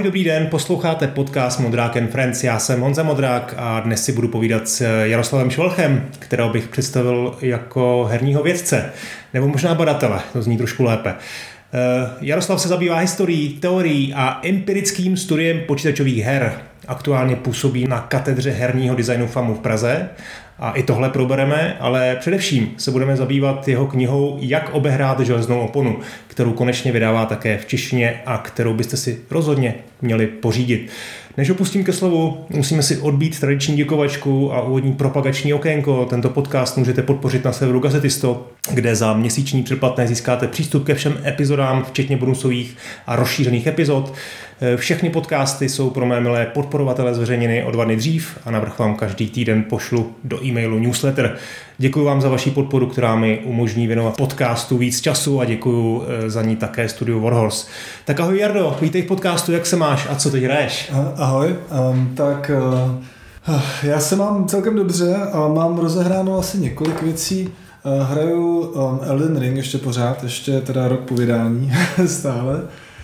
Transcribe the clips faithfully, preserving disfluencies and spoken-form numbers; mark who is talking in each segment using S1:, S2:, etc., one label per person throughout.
S1: Ahoj, dobrý den, posloucháte podcast Modrák and Friends. Já jsem Honza Modrák a dnes si budu povídat s Jaroslavem Švelchem, kterého bych představil jako herního vědce, nebo možná badatele, to zní trošku lépe. Jaroslav se zabývá historií, teorií a empirickým studiem počítačových her. Aktuálně působí na katedře herního designu FAMU v Praze a i tohle probereme, ale především se budeme zabývat jeho knihou Jak obehrát železnou oponu, kterou konečně vydává také v češtině a kterou byste si rozhodně měli pořídit. Než opustím ke slovu, musíme si odbít tradiční děkovačku a úvodní propagační okénko. Tento podcast můžete podpořit na serveru Gazetisto, kde za měsíční předplatné získáte přístup ke všem epizodám, včetně bonusových a rozšířených epizod. Všechny podcasty jsou pro mé milé podporovatele zveřejněny o dva dny dřív a navrch vám každý týden pošlu do e-mailu newsletter. Děkuji vám za vaši podporu, která mi umožní věnovat podcastu víc času a děkuji za ní také studiu Warhorse. Tak ahoj Jardo, vítej v podcastu, jak se máš a co teď hraješ?
S2: Ahoj, um, tak uh, já se mám celkem dobře a mám rozehráno asi několik věcí. Uh, hraju um, Elden Ring ještě pořád, ještě teda rok po vydání stále.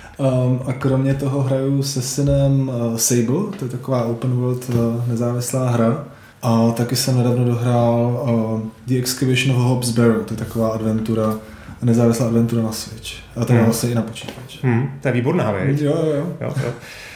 S2: Um, a kromě toho hraju se synem uh, Sable, to je taková open world uh, nezávislá hra. A taky jsem nedávno dohrál uh, The Excavation of Hobbs Barrow, to je taková adventura, nezávislá adventura na Switch. A to je hmm. vlastně i na počítač.
S1: Hmm, to je výborná věc.
S2: Jo, jo,
S1: jo. jo.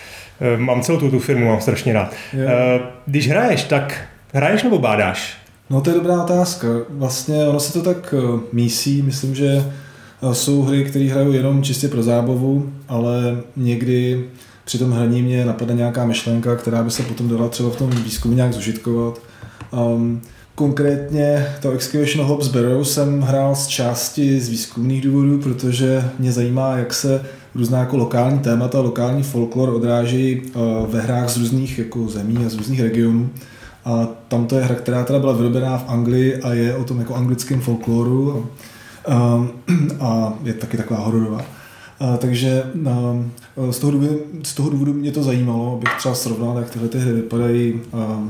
S1: Mám celou tu, tu firmu, mám strašně rád. Jo. Když hraješ, tak hraješ nebo bádáš?
S2: No to je dobrá otázka. Vlastně ono se to tak uh, mísí, myslím, že jsou hry, které hraju jenom čistě pro zábavu, ale někdy při tom hraní mě napadne nějaká myšlenka, která by se potom dala třeba v tom výzkumu nějak zužitkovat. Um, konkrétně to Excavation of Hobbs Barrow jsem hrál z části z výzkumných důvodů, protože mě zajímá, jak se různá jako lokální témata, lokální folklor odráží uh, ve hrách z různých jako zemí a z různých regionů. A tam to je hra, která teda byla vyrobená v Anglii a je o tom jako anglickém folkloru. Um, a je taky taková hororová. Uh, takže um, z, toho důvodu, z toho důvodu mě to zajímalo, abych třeba srovnal, jak tyhle ty hry vypadají um,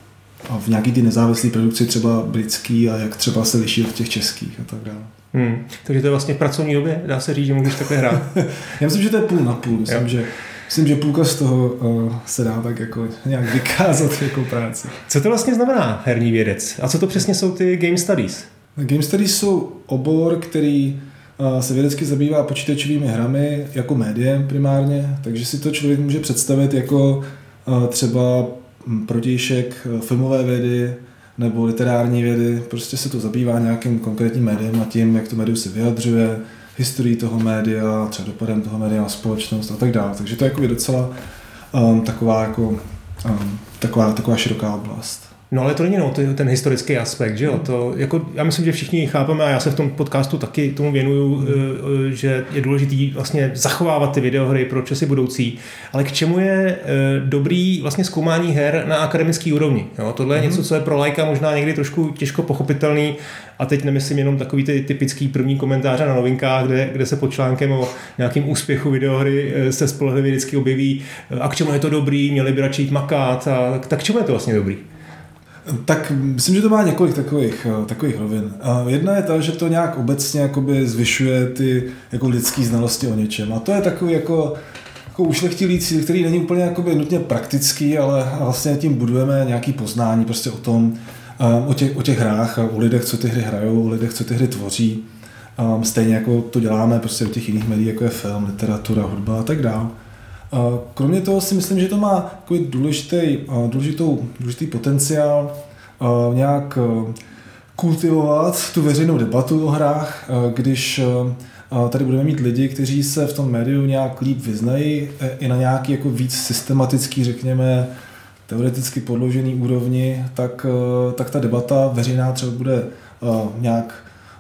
S2: v nějaký ty nezávislé produkci třeba britský a jak třeba se liší od těch českých a tak dále.
S1: Hmm. Takže to je vlastně v pracovní době, dá se říct, že můžeš takhle hrát.
S2: Já myslím, že to je půl na půl. Myslím, že, myslím že půlka z toho uh, se dá tak jako nějak vykázat jako práci.
S1: Co to vlastně znamená herní vědec? A co to přesně jsou ty game studies?
S2: Game studies jsou obor, který se vědecky zabývá počítačovými hrami jako médiem primárně, takže si to člověk může představit jako třeba protějšek filmové vědy nebo literární vědy. Prostě se to zabývá nějakým konkrétním médiem a tím, jak to médium se vyjadřuje, historií toho média, třeba dopadem toho média na společnost a tak dále. Takže to je jako docela um, taková, jako, um, taková, taková široká oblast.
S1: No ale to není no, to ten historický aspekt, že jo? To, jako, já myslím, že všichni chápeme a já se v tom podcastu taky tomu věnuju, mm. že je důležitý vlastně zachovávat ty videohry pro časy budoucí, ale k čemu je dobrý vlastně zkoumání her na akademický úrovni? Jo? Tohle je mm. něco, co je pro laika možná někdy trošku těžko pochopitelný a teď nemyslím jenom takový ty typický první komentáře na novinkách, kde, kde se pod článkem o nějakým úspěchu videohry se spolehlivě vždycky objeví a k čemu je to dobrý, měli by radši jít makat a tak k čemu je to vlastně dobrý?
S2: Tak myslím, že to má několik takových, takových rovin. Jedna je ta, že to nějak obecně jakoby zvyšuje ty jako lidský znalosti o něčem. A to je takový jako, jako ušlechtilý cíl, který není úplně jakoby nutně praktický, ale vlastně tím budujeme nějaký poznání prostě o tom, o těch, o těch hrách, o lidech, co ty hry hrajou, o lidech, co ty hry tvoří. Stejně jako to děláme prostě u těch jiných médií, jako je film, literatura, hudba a tak dále. Kromě toho si myslím, že to má takový důležitý, důležitou, důležitý potenciál nějak kultivovat tu veřejnou debatu o hrách, když tady budeme mít lidi, kteří se v tom médiu nějak líp vyznají i na nějaký jako víc systematický, řekněme, teoreticky podložený úrovni, tak, tak ta debata veřejná třeba bude nějak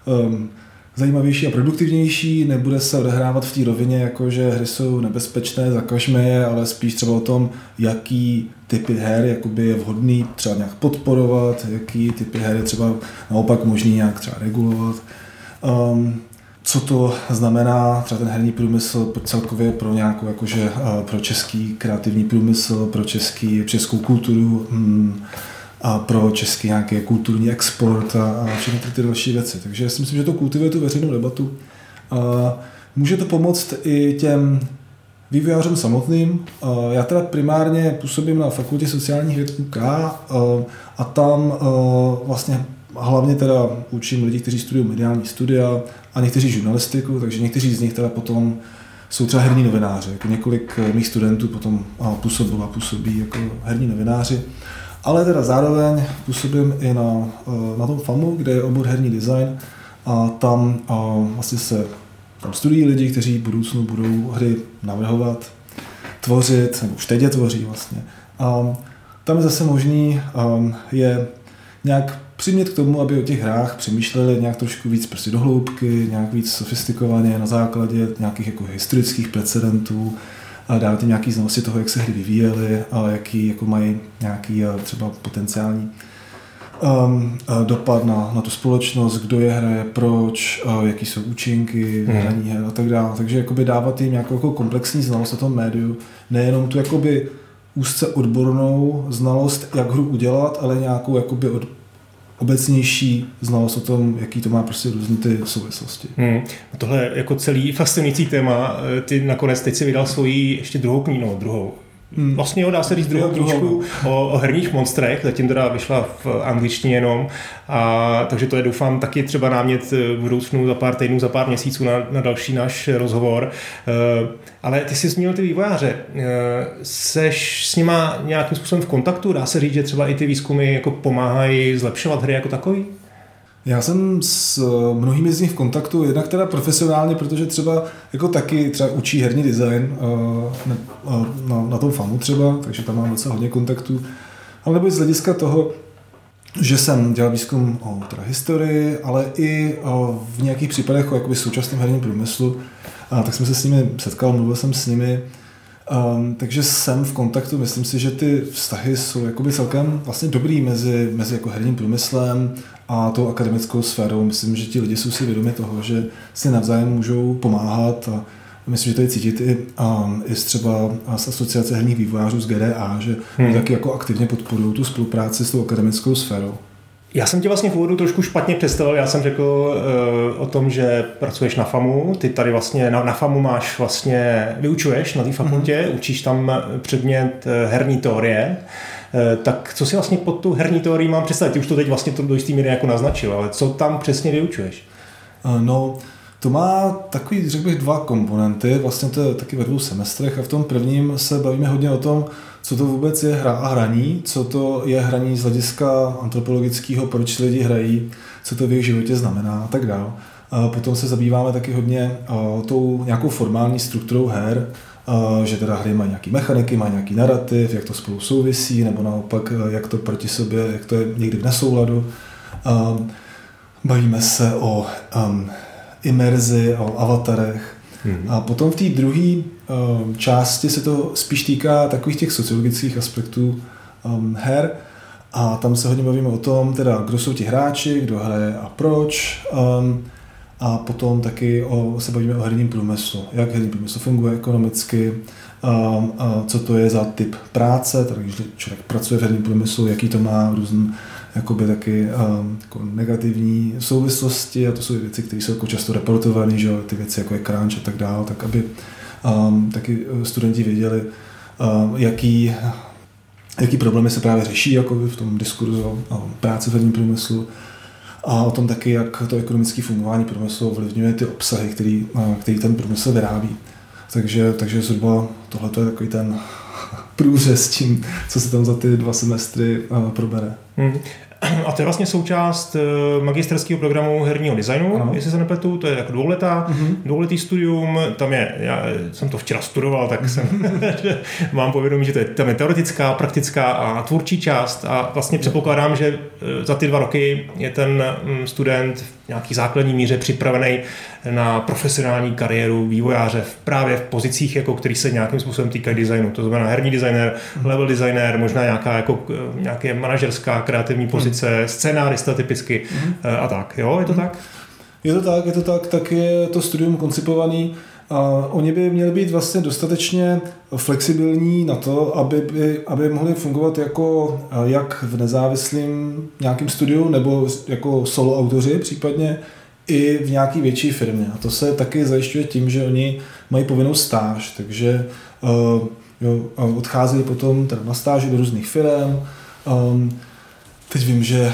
S2: zajímavější a produktivnější, nebude se odehrávat v té rovině, jako že hry jsou nebezpečné, zakažme je, ale spíš třeba o tom, jaký typy her jakoby je vhodný třeba nějak podporovat, jaký typy her je třeba naopak možný nějak třeba regulovat. Um, co to znamená třeba ten herní průmysl celkově pro nějakou jakože pro český kreativní průmysl, pro český, českou kulturu, um, a pro český nějaký kulturní export a, a všechny ty, ty další věci. Takže já si myslím, že to kultivuje tu veřejnou debatu. A může to pomoct i těm vývojářem samotným. Já teda primárně působím na fakultě sociálních věd U K a tam vlastně hlavně teda učím lidi, kteří studují mediální studia a někteří žurnalistiku, takže někteří z nich teda potom jsou třeba herní novináři. Jako několik mých studentů potom působilo a působí jako herní novináři. Ale teda zároveň působím i na, na tom FAMu, kde je obor herní design a tam a vlastně se tam studují lidi, kteří v budoucnu budou hry navrhovat, tvořit, nebo už teď je tvoří vlastně. A tam je zase možný um, je nějak přimět k tomu, aby o těch hrách přemýšleli nějak trošku víc prostě do hloubky, nějak víc sofistikovaně na základě nějakých jako historických precedentů a dát jim nějaký znalosti toho, jak se hry vyvíjely a jaký jako mají nějaký třeba potenciální um, dopad na, na tu společnost, kdo je hraje, proč, uh, jaký jsou účinky, hmm. hraní her a tak dále. Takže jakoby dávat jim nějakou jako komplexní znalost o tom médiu, nejenom tu jakoby úzce odbornou znalost, jak hru udělat, ale nějakou jakoby od obecnější znalost o tom, jaký to má prostě různé ty souvislosti. Hmm.
S1: Tohle je jako celý fascinující téma. Ty nakonec teď si vydal svoji ještě druhou knihu, no, druhou. Hmm. Vlastně jo, dá se říct druhou knížku o, o herních monstrech, zatím teda vyšla v angličtině jenom, a, takže to je doufám taky třeba námět v budoucnu za pár týdnů, za pár měsíců na, na další náš rozhovor. E, ale ty jsi zmínil ty vývojáře. E, seš s nima nějakým způsobem v kontaktu? Dá se říct, že třeba i ty výzkumy jako pomáhají zlepšovat hry jako takový?
S2: Já jsem s mnohými z nich v kontaktu, jednak teda profesionálně, protože třeba jako taky třeba učí herní design uh, na, na, na tom FAMu třeba, takže tam mám docela hodně kontaktů. Ale nebo i z hlediska toho, že jsem dělal výzkum o teda historii, ale i o, v nějakých případech o jakoby současném herním průmyslu, a tak jsem se s nimi setkal, mluvil jsem s nimi. Um, takže jsem v kontaktu, myslím si, že ty vztahy jsou jakoby celkem vlastně dobrý mezi, mezi jako herním průmyslem a tou akademickou sférou. Myslím, že ti lidi jsou si vědomi toho, že si navzájem můžou pomáhat a myslím, že to je cítit i, um, i třeba z asociace herních vývojářů z G D A, že hmm. taky jako aktivně podporují tu spolupráci s tou akademickou sférou.
S1: Já jsem tě vlastně v úvodu trošku špatně představil, já jsem řekl uh, o tom, že pracuješ na FAMu, ty tady vlastně na, na FAMu máš vlastně, vyučuješ na té fakultě, mm-hmm. učíš tam předmět herní teorie, uh, tak co si vlastně pod tu herní teorii mám představit? Ty už to teď vlastně to do jistý míry jako naznačil, ale co tam přesně vyučuješ?
S2: Uh, no, to má takový, řekl bych, dva komponenty, vlastně to je taky ve dvou semestrech a v tom prvním se bavíme hodně o tom, co to vůbec je hra a hraní, co to je hraní z hlediska antropologického, proč lidi hrají, co to v jejich životě znamená a tak dále. Potom se zabýváme taky hodně tou nějakou formální strukturou her, že teda hry mají nějaký mechaniky, mají nějaký narrativ, jak to spolu souvisí, nebo naopak, jak to proti sobě, jak to je někdy v nesouladu. Bavíme se o um, imerzi, o avatarech. Hmm. A potom v té druhé um, části se to spíš týká takových těch sociologických aspektů um, her a tam se hodně bavíme o tom, teda, kdo jsou ti hráči, kdo hraje a proč. Um, a potom taky o, se bavíme o herním průmyslu, jak herní průmysl funguje ekonomicky, um, a co to je za typ práce, teda když člověk pracuje v herním průmyslu, jaký to má různý jakoby taky um, jako negativní souvislosti a to jsou věci, které jsou jako často reportované, že ty věci jako je crunch a tak dále, tak aby um, taky studenti věděli, um, jaký, jaký problémy se právě řeší jako v tom diskurzu o práci v herním průmyslu a o tom taky, jak to ekonomické fungování průmyslu ovlivňuje ty obsahy, který, který ten průmysl vyrábí. Takže, takže zhruba tohle je takový ten průřez tím, co se tam za ty dva semestry uh, probere. Hmm.
S1: A to je vlastně součást magisterského programu herního designu, ano. Jestli se nepletu, to je jako dvouletá, uh-huh. dvouletý studium, tam je, já jsem to včera studoval, tak jsem mám povědomí, že to je, tam je teoretická, praktická a tvůrčí část a vlastně předpokládám, že za ty dva roky je ten student v nějaký základní míře připravený na profesionální kariéru vývojáře v, právě v pozicích, jako, který se nějakým způsobem týkají designu. To znamená herní designer, level designer, možná nějaká jako, nějaké manažerská kreativní pozice, scénárista typicky a tak. Jo, je to tak?
S2: Je to tak, je to tak, tak je to studium koncipovaný. A oni by měli být vlastně dostatečně flexibilní na to, aby, by, aby mohli fungovat jako jak v nezávislém nějakém studiu nebo jako solo autoři případně i v nějaké větší firmě. A to se taky zajišťuje tím, že oni mají povinnou stáž, takže uh, jo, odcházejí potom teda na stáži do různých firem. Um, teď vím, že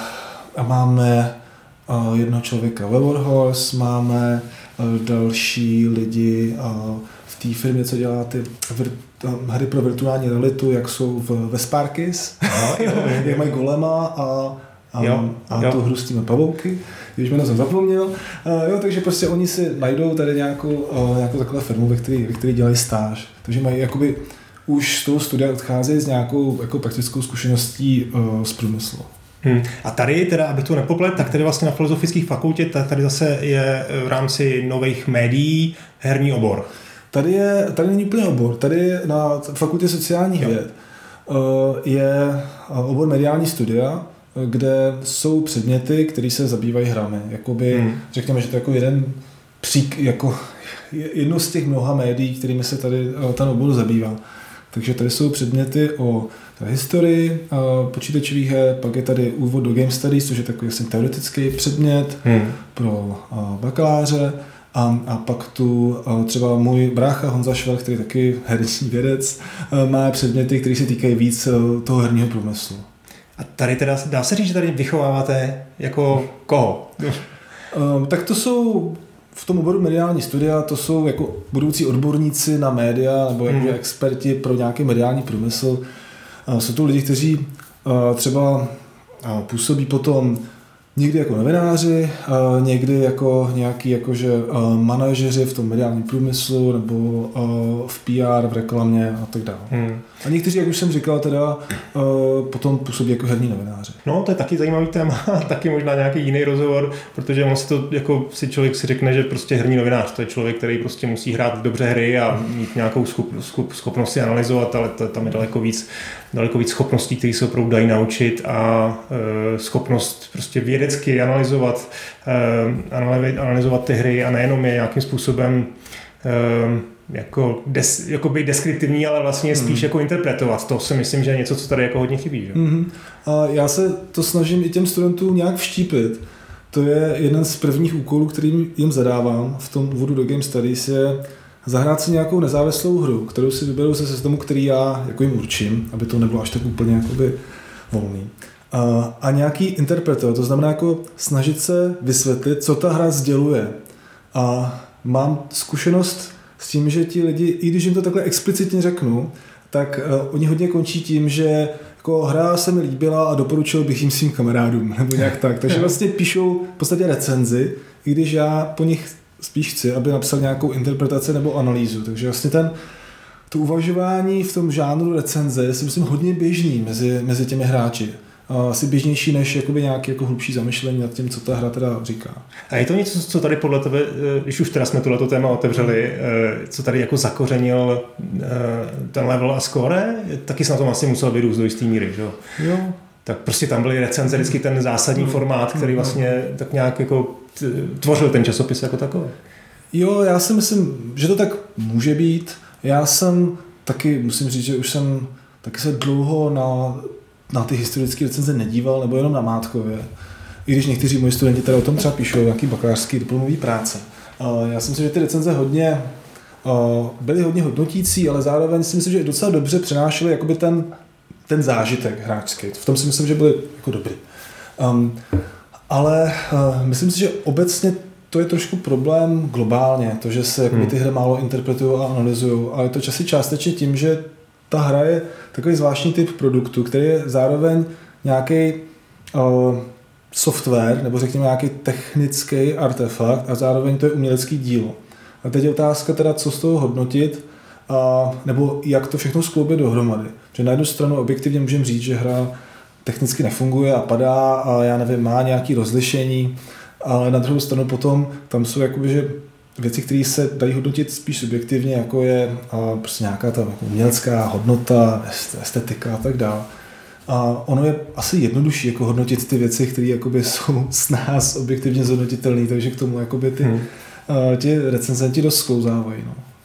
S2: uh, máme uh, jednoho člověka ve Warhorse, máme uh, další lidi uh, v té firmě, co dělá ty vir, uh, hry pro virtuální realitu, jak jsou v, ve Sparkis, jak mají Golema a A, jo, a jo. tu hru s těmi pavouky, když mi to jsem zapomněl. Uh, jo, takže prostě oni si najdou tady nějakou, uh, nějakou takovou firmu, ve které ve který dělají stáž. Takže mají jakoby už z toho studia odcházejí s nějakou jako praktickou zkušeností uh, z průmyslu.
S1: Hmm. A tady teda, abych to nepoplet, tak tady vlastně na filozofických fakultě, tady zase je v rámci nových médií herní obor.
S2: Tady je, tady není úplně obor, tady na fakultě sociálních jo. věd uh, je obor mediální studia, kde jsou předměty, které se zabývají hrami. Jakoby, hmm. řekněme, že to je jako jeden přík, jako jedno z těch mnoha médií, kterými se tady ten obor zabývá. Takže tady jsou předměty o historii počítačových her, pak je tady úvod do Game Studies, což je takový vlastně teoretický předmět hmm. pro bakaláře. A, a pak tu třeba můj brácha Honza Švelch, který je taky herní vědec, má předměty, které se týkají víc toho herního průmyslu.
S1: A tady teda, dá se říct, že tady vychováváte jako koho?
S2: Um, tak to jsou v tom oboru mediální studia, to jsou jako budoucí odborníci na média nebo jako hmm. experti pro nějaký mediální průmysl. Uh, jsou to lidi, kteří uh, třeba uh, působí potom někdy jako novináři, uh, někdy jako nějaký jakože uh, manažeři v tom mediálním průmyslu nebo uh, v P R, v reklamě a tak dále. Hmm. A někteří, jak už jsem říkal, teda uh, potom působí jako herní novináři.
S1: No, to je taky zajímavý téma, taky možná nějaký jiný rozhovor, protože on si to jako si člověk si řekne, že prostě herní novinář, to je člověk, který prostě musí hrát dobře hry a mít nějakou skup, skup, schopnost si analyzovat, ale to, tam je daleko víc, daleko víc schopností, které se opravdu dají naučit a uh, schopnost prostě vědecky analyzovat, uh, analyzovat ty hry a nejenom je nějakým způsobem uh, jako, des, jako být deskriptivní, ale vlastně spíš mm. jako interpretovat. To si myslím, že je něco, co tady jako hodně chybí. Že?
S2: Mm-hmm. A já se to snažím i těm studentům nějak vštípit. To je jeden z prvních úkolů, který jim zadávám v tom úvodu do Game Studies, je zahrát si nějakou nezávislou hru, kterou si vyberu ze systému, který já jako jim určím, aby to nebylo až tak úplně jakoby volný. A, a nějaký interpretovat, to znamená jako snažit se vysvětlit, co ta hra sděluje. A mám zkušenost s tím, že ti lidi, i když jim to takhle explicitně řeknu, tak uh, oni hodně končí tím, že jako hra se mi líbila a doporučil bych jim svým kamarádům, nebo nějak tak. Takže vlastně píšou v podstatě recenzi, i když já po nich spíš chci, aby napsal nějakou interpretaci nebo analýzu. Takže vlastně ten, to uvažování v tom žánru recenze je si myslím hodně běžný mezi, mezi těmi hráči. Asi běžnější než jakoby nějaké jako hlubší zamyšlení nad tím, co ta hra teda říká.
S1: A je to něco, co tady podle tebe, když už teda jsme tohleto téma otevřeli, co tady jako zakořenil ten level a score, taky se na tom asi musel vyrůst do jistý míry, že jo?
S2: Jo.
S1: Tak prostě tam byly recenze, vždycky ten zásadní mm. formát, který vlastně tak nějak jako tvořil ten časopis jako takový.
S2: Jo, já si myslím, že to tak může být. Já jsem taky, musím říct, že už jsem taky se dlouho na na ty historické recenze nedíval, nebo jenom na mátkově. I když někteří moji studenti teda o tom třeba píšou nějaký bakalářský diplomový práce. Já si myslím, že ty recenze hodně byly hodně hodnotící, ale zároveň si myslím, že docela dobře přenášely jakoby ten, ten zážitek hráčský. V tom si myslím, že byly jako dobrý. Um, ale uh, myslím si, že obecně to je trošku problém globálně, to, že se hmm. ty hry málo interpretují a analyzují, ale je to časy částečně tím, že ta hra je takový zvláštní typ produktu, který je zároveň nějaký uh, software, nebo řekněme nějaký technický artefakt a zároveň to je umělecký dílo. A teď je otázka teda, co z toho hodnotit, a, nebo jak to všechno skloubit dohromady. Že na jednu stranu objektivně můžeme říct, že hra technicky nefunguje a padá a já nevím, má nějaké rozlišení, ale na druhou stranu potom tam jsou jakoby, že věci, které se dají hodnotit spíš subjektivně, jako je a prostě nějaká ta umělecká hodnota, estetika a tak dále. A ono je asi jednodušší jako hodnotit ty věci, které jakoby jsou s nás objektivně zhodnotitelné, takže k tomu jakoby ty, hmm. ti recenzenti dost sklouzávají. No.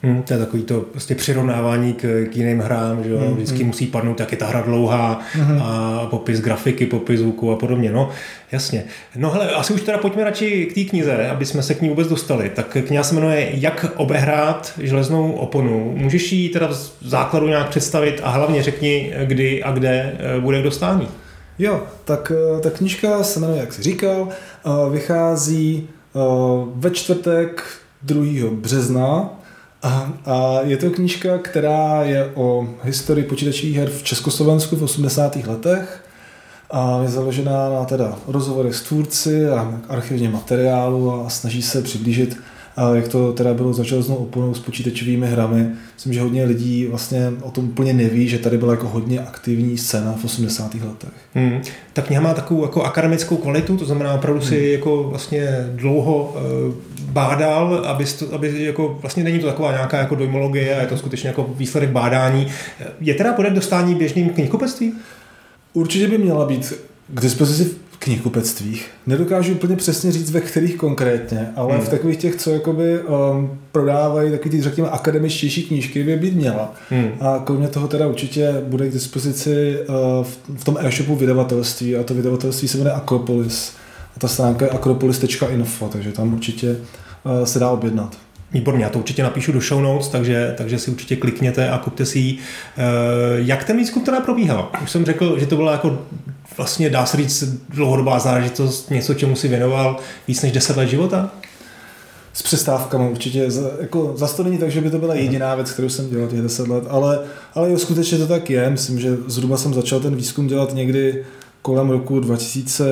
S1: Hmm, to je takový to prostě přirovnávání k, k jiným hrám, že jo? Hmm, vždycky hmm. musí padnout, jak je ta hra dlouhá hmm. a popis grafiky, popis zvuku a podobně, no jasně. No hele, asi už teda pojďme radši k té knize, aby jsme se k ní vůbec dostali. Tak kniha se jmenuje Jak obehrát železnou oponu. Můžeš ji teda v základu nějak představit a hlavně řekni, kdy a kde bude k dostání.
S2: Jo, tak ta knížka se jmenuje, jak jsi říkal, vychází ve čtvrtek druhého března a, a je to knížka, která je o historii počítačových her v Československu v osmdesátých letech a je založená na teda rozhovorech s tvůrci a archivním materiálu a snaží se přiblížit, jak to teda bylo za železnou oponou s počítačovými hrami. Myslím, že hodně lidí vlastně o tom úplně neví, že tady byla jako hodně aktivní scéna v osmdesátých letech.
S1: Hmm. Ta kniha má takovou jako akademickou kvalitu, to znamená opravdu si hmm. jako vlastně dlouho uh, bádal, aby, to, aby jako vlastně není to taková nějaká jako dojmologie a je to skutečně jako výsledek bádání. Je teda podat dostání běžným knihkupectvím?
S2: Určitě by měla být k dispozici v knihkupectvích. Nedokážu úplně přesně říct, ve kterých konkrétně, ale hmm. v takových těch, co jakoby um, prodávají takový ty, řekněme, akademičtější knížky, by být měla. Hmm. A kromě toho teda určitě bude k dispozici uh, v, v tom e-shopu vydavatelství a to vydavatelství se jmenuje Akropolis. A ta stránka je akropolis tečka info, takže tam určitě uh, se dá objednat.
S1: Výborně, já to určitě napíšu do show notes, takže, takže si určitě klikněte a kupte si ji. Jak ten výzkum teda probíhal? Už jsem řekl, že to byla jako vlastně, dá se říct, dlouhodobá záležitost, něco, čemu si věnoval víc než deset let života?
S2: S přestávkami určitě. Jako, zas to není tak, že by to byla jediná věc, kterou jsem dělal těch deset let, ale, ale jo, skutečně to tak je. Myslím, že zhruba jsem začal ten výzkum dělat někdy kolem roku dva tisíce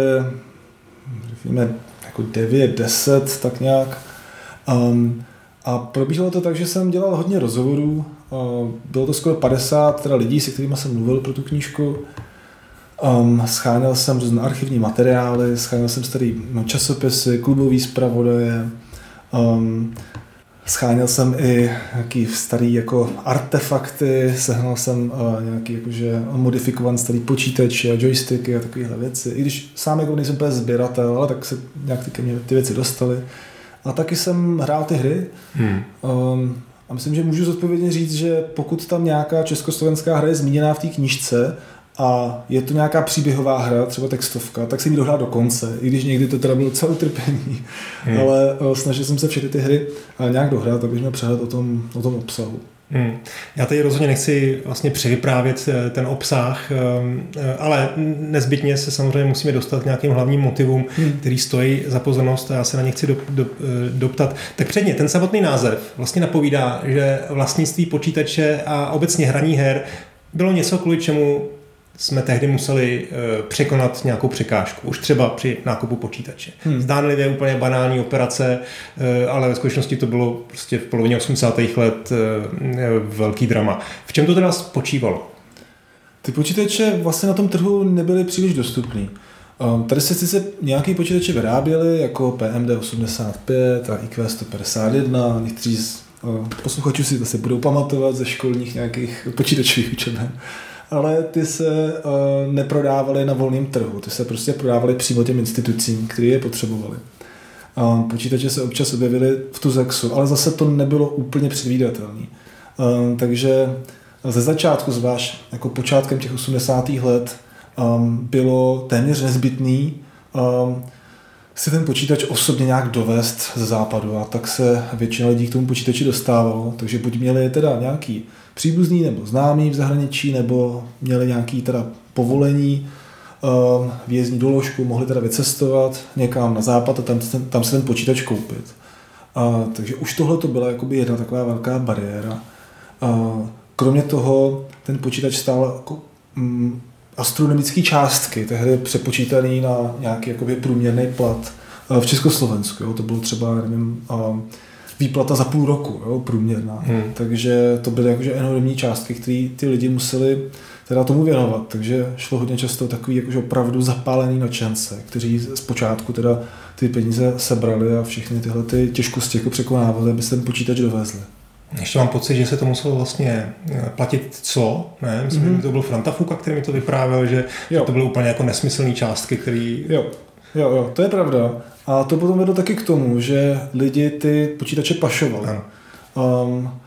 S2: devět deset, tak nějak. Um, A probíhalo to tak, že jsem dělal hodně rozhovorů. Bylo to skoro padesát teda lidí, se kterými jsem mluvil pro tu knížku. Um, scháněl jsem různé archivní materiály, scháněl jsem starý časopisy, klubový zpravodaje. Um, scháněl jsem i nějaký starý jako artefakty, sehnal jsem uh, nějaký jakože modifikovaný starý počítače a joysticky a takovéhle věci. I když sám jako nejsem úplně sběratel, ale tak se nějak ty, ty věci dostaly. A taky jsem hrál ty hry hmm. um, a myslím, že můžu zodpovědně říct, že pokud tam nějaká československá hra je zmíněná v té knížce a je to nějaká příběhová hra, třeba textovka, tak jsem ji dohrál do konce, i když někdy to teda bylo celé utrpení, hmm. ale uh, snažil jsem se všechny ty hry nějak dohrát, abych měl přehled o tom, o tom obsahu.
S1: Hmm. Já tady rozhodně nechci vlastně převyprávět ten obsah, ale nezbytně se samozřejmě musíme dostat k nějakým hlavním motivům, hmm. který stojí za pozornost a já se na ně chci do, do, doptat. Tak předně, ten samotný název vlastně napovídá, že vlastnictví počítače a obecně hraní her bylo něco, kvůli čemu jsme tehdy museli uh, překonat nějakou překážku. Už třeba při nákupu počítače. Hmm. Zdánlivě úplně banální operace, uh, ale ve skutečnosti to bylo prostě v polovině osmdesátých let uh, velký drama. V čem to teda spočívalo?
S2: Ty počítače vlastně na tom trhu nebyly příliš dostupný. Um, tady se sice nějaké počítače vyráběly, jako P M D osmdesát pět a I Q sto padesát jedna. Někteří z uh, posluchačů si to se budou pamatovat ze školních nějakých počítačových učeben. Ale ty se uh, neprodávaly na volném trhu, ty se prostě prodávaly přímo těm institucím, které je potřebovaly. Uh, počítače se občas objevily v Tuzexu, ale zase to nebylo úplně předvídatelné. Uh, takže ze začátku, zvlášť jako počátkem těch osmdesátých let, um, bylo téměř nezbytný um, si ten počítač osobně nějak dovést ze západu a tak se většina lidí k tomu počítači dostávalo, takže buď měli teda nějaký příbuzný nebo známý v zahraničí, nebo měli nějaký teda povolení, um, výjezdní doložku, mohli teda vycestovat někam na západ a tam, tam se ten počítač koupit. Uh, takže už tohle to byla jakoby jedna taková velká bariéra. Uh, kromě toho ten počítač stál jako, um, astronomické částky, tehdy přepočítaný na nějaký jakoby průměrný plat uh, v Československu. Jo? To bylo třeba, nevím, um, výplata za půl roku, jo, průměrná. Hmm. Takže to byly jakože enormní částky, které ty lidi museli teda tomu věnovat. Takže šlo hodně často takový jakože opravdu zapálený nadšence, kteří zpočátku teda ty peníze sebrali a všechny tyhle ty těžkosti jako překonávali, aby se ten počítač dovezli.
S1: Ještě mám pocit, že se to muselo vlastně platit co? Ne? Myslím, mm-hmm. že to byl Franta Fuka, který mi to vyprávěl, že, že to byly úplně jako nesmyslné částky, který...
S2: Jo. Jo, jo, to je pravda. A to potom vedlo taky k tomu, že lidi ty počítače pašovali. Um,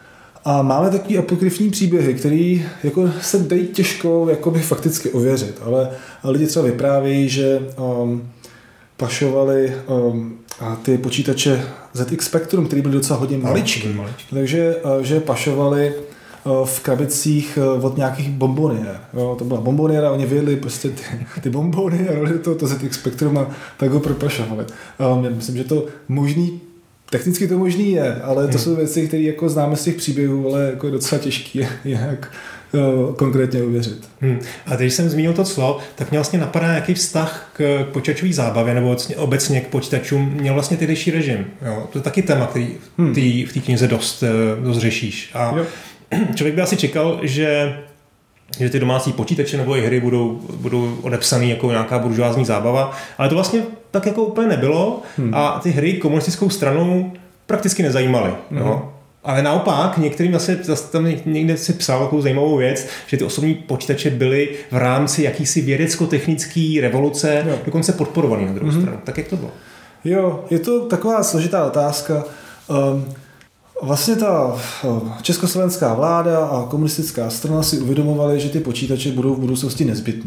S2: A máme takový apokryfní příběhy, které jako se dají těžko jakoby fakticky ověřit, ale lidi třeba vyprávějí, že um, pašovali um, a ty počítače Z X Spectrum, které byly docela hodně maličky, no, takže uh, že pašovali uh, v krabicích uh, od nějakých bombonier. Jo, to byla bomboniera, oni vyjedli prostě ty, ty bombony a dali to, to Z X Spectrum a tak ho propašovali. Um, myslím, že to možný, technicky to možný je, ale to hmm. jsou věci, které jako známe z těch příběhů, ale jako je docela těžký jak konkrétně uvěřit.
S1: Hmm. A když jsem zmínil to clo, tak mě vlastně napadá, jaký vztah k počítačové zábavě nebo obecně k počítačům měl vlastně tehdejší režim. Jo? To je taky téma, který hmm. ty v té knize dost, dost řešíš. A jo. Člověk by asi čekal, že, že ty domácí počítače nebo i hry budou, budou odepsaný jako nějaká buržoázní zábava, ale to vlastně tak jako úplně nebylo hmm. a ty hry komunistickou stranou prakticky nezajímaly. Hmm. Jo? Ale naopak, některým zase, zase tam někde si psal takovou zajímavou věc, že ty osobní počítače byly v rámci jakýsi vědecko-technické revoluce jo. dokonce podporovaný na druhou mm-hmm. stranu. Tak jak to bylo?
S2: Jo, je to taková složitá otázka. Um, vlastně ta československá vláda a komunistická strana si uvědomovaly, že ty počítače budou v budoucnosti nezbytný.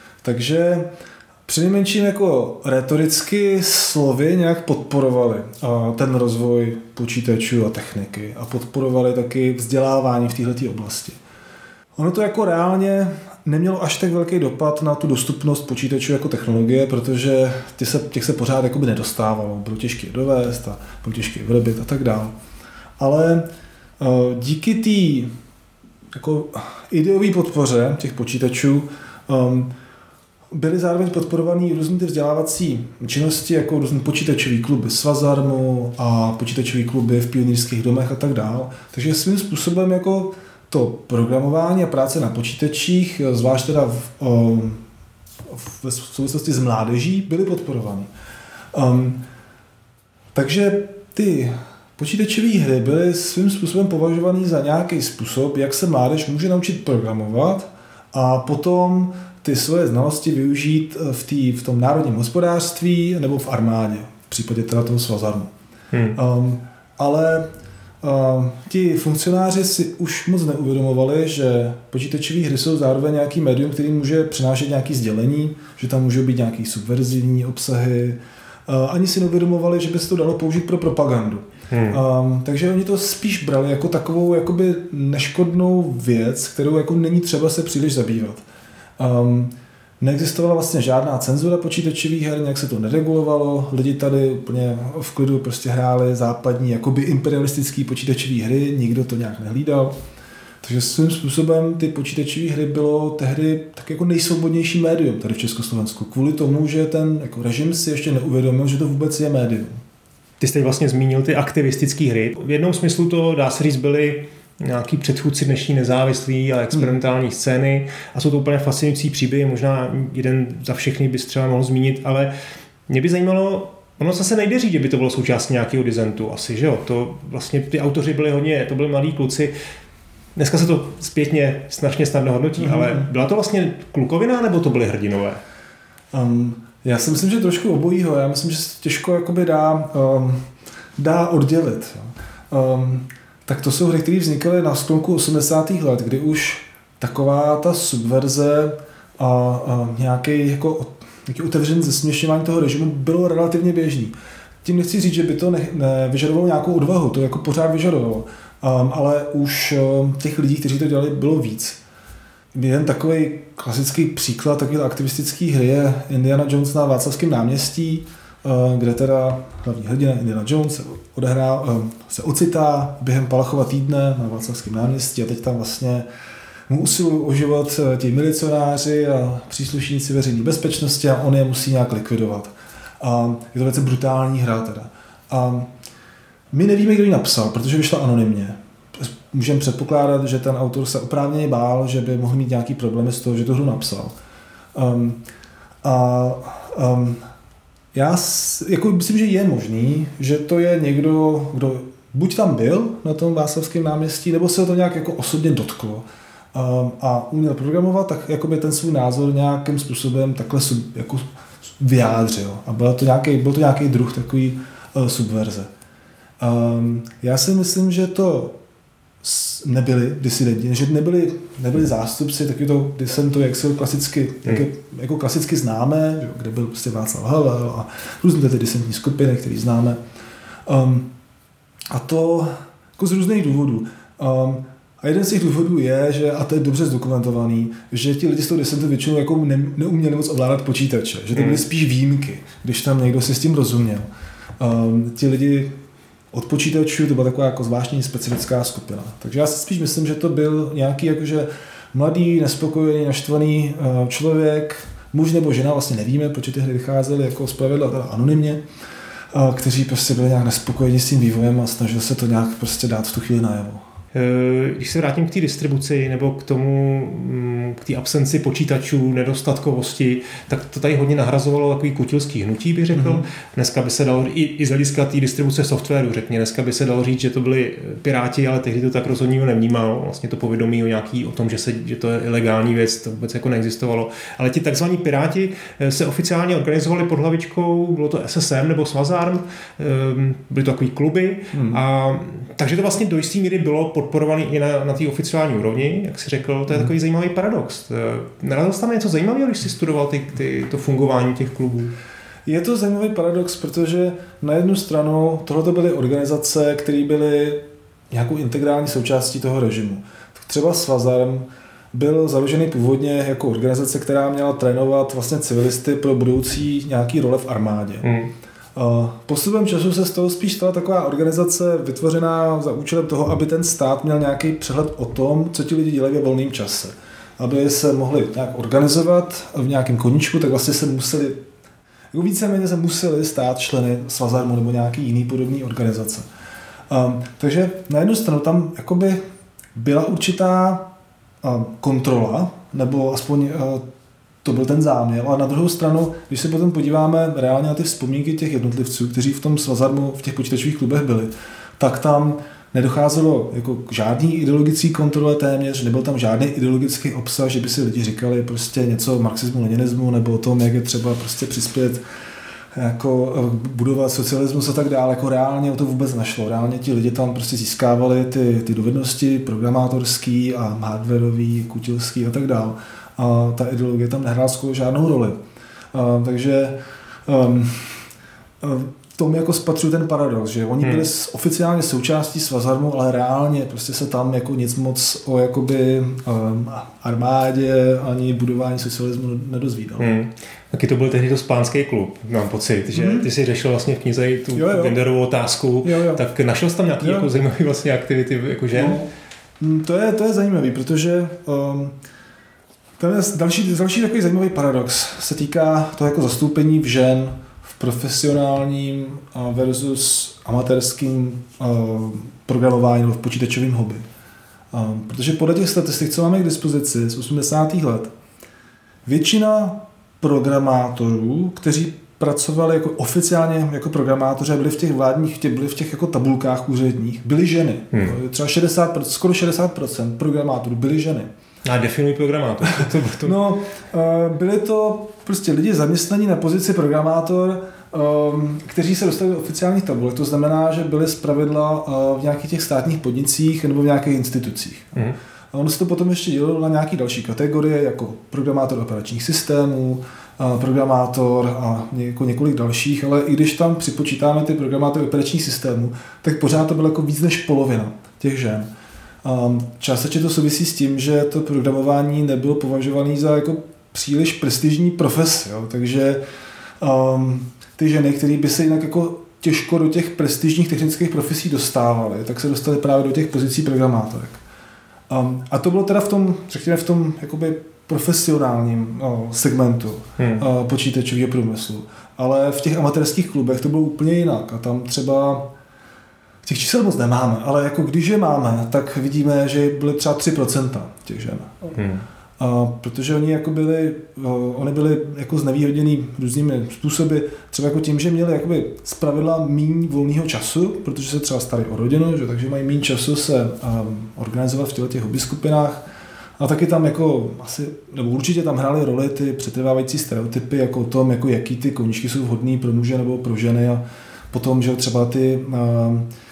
S2: Takže přinejmenším jako retoricky slovy nějak podporovali ten rozvoj počítačů a techniky a podporovali taky vzdělávání v této oblasti. Ono to jako reálně nemělo až tak velký dopad na tu dostupnost počítačů jako technologie, protože těch se, těch se pořád jakoby nedostávalo. Bylo těžké dovést a bylo těžké vyrobit a tak dále. Ale díky té jako ideové podpoře těch počítačů um, byly zároveň podporovaný různé ty vzdělávací činnosti, jako různé počítačové kluby Svazarmu a počítačové kluby v pionýrských domech a tak dále. Takže svým způsobem jako to programování a práce na počítačích, zvlášť teda v, v, v souvislosti s mládeží, byly podporovány. Um, takže ty počítačové hry byly svým způsobem považované za nějaký způsob, jak se mládež může naučit programovat a potom ty svoje znalosti využít v, tý, v tom národním hospodářství nebo v armádě, v případě teda toho Svazarmu. Hmm. Um, ale um, ti funkcionáři si už moc neuvědomovali, že počítačové hry jsou zároveň nějaký médium, který může přinášet nějaké sdělení, že tam můžou být nějaké subverzivní obsahy. Uh, ani si neuvědomovali, že by se to dalo použít pro propagandu. Hmm. Um, takže oni to spíš brali jako takovou jakoby neškodnou věc, kterou jako není třeba se příliš zabývat. Um, neexistovala vlastně žádná cenzura počítačových her, nějak se to neregulovalo, lidi tady úplně v klidu prostě hráli západní jakoby imperialistický počítačové hry, nikdo to nějak nehlídal. Takže svým způsobem ty počítačové hry bylo tehdy tak jako nejsvobodnější médium tady v Československu, kvůli tomu, že ten jako režim si ještě neuvědomil, že to vůbec je médium.
S1: Ty jste vlastně zmínil ty aktivistické hry. V jednom smyslu to, dá se říct, byly nějaký předchůdci dnešní nezávislé a experimentální scény a jsou to úplně fascinující příběhy, možná jeden za všechny bys třeba mohl zmínit, ale mě by zajímalo, ono zase nejde říct, že by to bylo součástí nějakého dizentu asi, že jo, to vlastně ty autoři byli hodně, to byli mladí kluci, dneska se to zpětně strašně snadno hodnotí, mm-hmm. ale byla to vlastně klukovina nebo to byly hrdinové?
S2: Um, já si myslím, že trošku obojího, já myslím, že se to těžko jakoby dá, um, dá oddělit. Um, tak to jsou hry, které vznikaly na sklonku osmdesátých let, kdy už taková ta subverze a, a nějaký jako nějaký otevřený zesměšňování toho režimu bylo relativně běžný. Tím nechci říct, že by to ne, nevyžadovalo nějakou odvahu, to jako pořád vyžadovalo, um, ale už um, těch lidí, kteří to dělali, bylo víc. Jeden takový klasický příklad takové aktivistické hry je Indiana Jones na Václavském náměstí, kde teda hlavní hrdina Indiana Jones se odehrá, se ocitá během Palachova týdne na Václavském náměstí a teď tam vlastně mu usilují o život ti milicionáři a příslušníci veřejné bezpečnosti a on je musí nějak likvidovat. A je to velice brutální hra teda. A my nevíme, kdo ji napsal, protože vyšla anonymně. Můžeme předpokládat, že ten autor se oprávněně bál, že by mohl mít nějaký problémy z toho, že tu hru napsal. Um, a um, já jako myslím, že je možný, že to je někdo, kdo buď tam byl na tom Václavském náměstí, nebo se to nějak jako osobně dotklo um, a uměl programovat, tak jakoby ten svůj názor nějakým způsobem takhle sub, jako vyjádřil. A byl to nějaký, byl to nějaký druh takový uh, subverze. Um, já si myslím, že to nebyli disidenti, že nebyli, nebyli zástupci takového disentu, jak se klasicky, jak je, jako klasicky známe, že, kde byl prostě Václav Havel a různé ty disentní skupiny, které známe. Um, a to jako z různých důvodů. Um, a jeden z těch důvodů je, že, a to je dobře zdokumentovaný, že ti lidi z toho disentu většinou jako ne, neuměli moc ovládat počítače, že to byly spíš výjimky, když tam někdo si s tím rozuměl. Um, ti lidi od počítačů to byla taková jako zvláštní specifická skupina. Takže já si spíš myslím, že to byl nějaký jakože mladý, nespokojený, naštvaný uh, člověk, muž nebo žena, vlastně nevíme, proč ty hry vycházely jako zpravidla teda anonymně, uh, kteří prostě byli nějak nespokojení s tím vývojem a snažili se to nějak prostě dát v tu chvíli najevo.
S1: Když se vrátím k té distribuci nebo k tomu, k té absenci počítačů, nedostatkovosti, tak to tady hodně nahrazovalo takový kutilský hnutí, bych řekl. Mm-hmm. Dneska by se dalo, i, i z hlediska té distribuce softwaru, řekně, dneska by se dalo říct, že to byli piráti, ale tehdy to tak rozhodně nevnímal. Vlastně to povědomí o nějaký, o tom, že, se, že to je ilegální věc, to vůbec jako neexistovalo. Ale ti takzvaní piráti se oficiálně organizovali pod hlavičkou, bylo to S S M nebo Svazarm, byly to takový kluby, mm. a takže to vlastně do jistý míry bylo podporovaný i na, na té oficiální úrovni, jak jsi řekl, to je takový zajímavý paradox. Narazil jsi tam něco zajímavého, když jsi studoval ty, ty, to fungování těch klubů?
S2: Je to zajímavý paradox, protože na jednu stranu tohle byly organizace, které byly nějakou integrální součástí toho režimu. Třeba Svazarm byl založený původně jako organizace, která měla trénovat vlastně civilisty pro budoucí nějaký role v armádě. Hmm. Postupem času se z toho spíš stala taková organizace vytvořená za účelem toho, aby ten stát měl nějaký přehled o tom, co ti lidi dělají ve volném čase. Aby se mohli nějak organizovat v nějakém koníčku, tak vlastně se museli, jako víceméně se museli stát členy Svazarmu nebo nějaký jiný podobný organizace. Um, takže na jednu stranu tam jakoby byla určitá um, kontrola, nebo aspoň uh, to byl ten záměr, a na druhou stranu, když se potom podíváme reálně na ty vzpomínky těch jednotlivců, kteří v tom Svazarmu, v těch počítačových klubech byli, tak tam nedocházelo jako k žádný ideologický kontrole téměř, nebyl tam žádný ideologický obsah, že by si lidi říkali prostě něco o marxismu, leninismu, nebo o tom, jak je třeba prostě přispět jako budovat socialismus a tak dále. Jako reálně o to vůbec nešlo. Reálně ti lidi tam prostě získávali ty, ty dovednosti programátorský a hardwareový, kutilský a tak dále. A ta ideologie tam nehrála skoro žádnou roli. A, takže um, v tom jako spatřuji ten paradox, že oni byli hmm. oficiálně součástí Svazarmu, ale reálně prostě se tam jako nic moc o jakoby um, armádě ani budování socialismu nedozvídal. Hmm.
S1: Taky to byl tehdy to pánský klub, mám pocit, že hmm. ty si řešil vlastně v knize tu genderovou otázku, jo, jo. Tak našel jsi tam nějaký jako zajímavý vlastně aktivity jako žen?
S2: No, to je, to je zajímavý, protože um, ten další, další takový zajímavý paradox se týká toho jako zastoupení v žen v profesionálním versus amatérským programování nebo v počítačovém hobby. Protože podle těch statistik, co máme k dispozici z osmdesátých let, většina programátorů, kteří pracovali jako oficiálně jako programátoři a byli v těch vládních, byli v těch jako tabulkách úředních, byly ženy. Hmm. Třeba šedesát procent, skoro šedesát procent programátorů byly ženy.
S1: A definují programátor. to, to...
S2: No, byli to prostě lidi zaměstnaní na pozici programátor, kteří se dostali do oficiálních tabulek. To znamená, že byli zpravidla v nějakých těch státních podnicích nebo v nějakých institucích. Mm. A ono se to potom ještě dělilo na nějaké další kategorie, jako programátor operačních systémů, programátor a jako několik dalších, ale i když tam připočítáme ty programátory operačních systémů, tak pořád to bylo jako víc než polovina těch žen. Um, částečně to souvisí s tím, že to programování nebylo považované za jako příliš prestižní profes, jo? Takže um, ty ženy, které by se jinak jako těžko do těch prestižních technických profesí dostávaly, tak se dostaly právě do těch pozicí programátorek. Um, a to bylo teda v tom, řekněme, v tom jakoby profesionálním uh, segmentu hmm. uh, počítačového průmyslu. Ale v těch amatérských klubech to bylo úplně jinak a tam třeba těch čísel moc nemáme, ale jako když je máme, tak vidíme, že byly třeba tři procenta těch žen. Hmm. A protože oni jako byli, oni byli jako znevýhodnění různými způsoby, třeba jako tím, že měli jakoby zpravidla míň volného času, protože se třeba starají o rodinu, že, takže mají míň času se um, organizovat v těchto těch hobby skupinách. A taky tam jako asi, nebo určitě tam hrály roli ty přetrvávající stereotypy, jako o tom, jako jaký ty koníčky jsou vhodný pro muže nebo pro ženy a potom, že třeba ty um,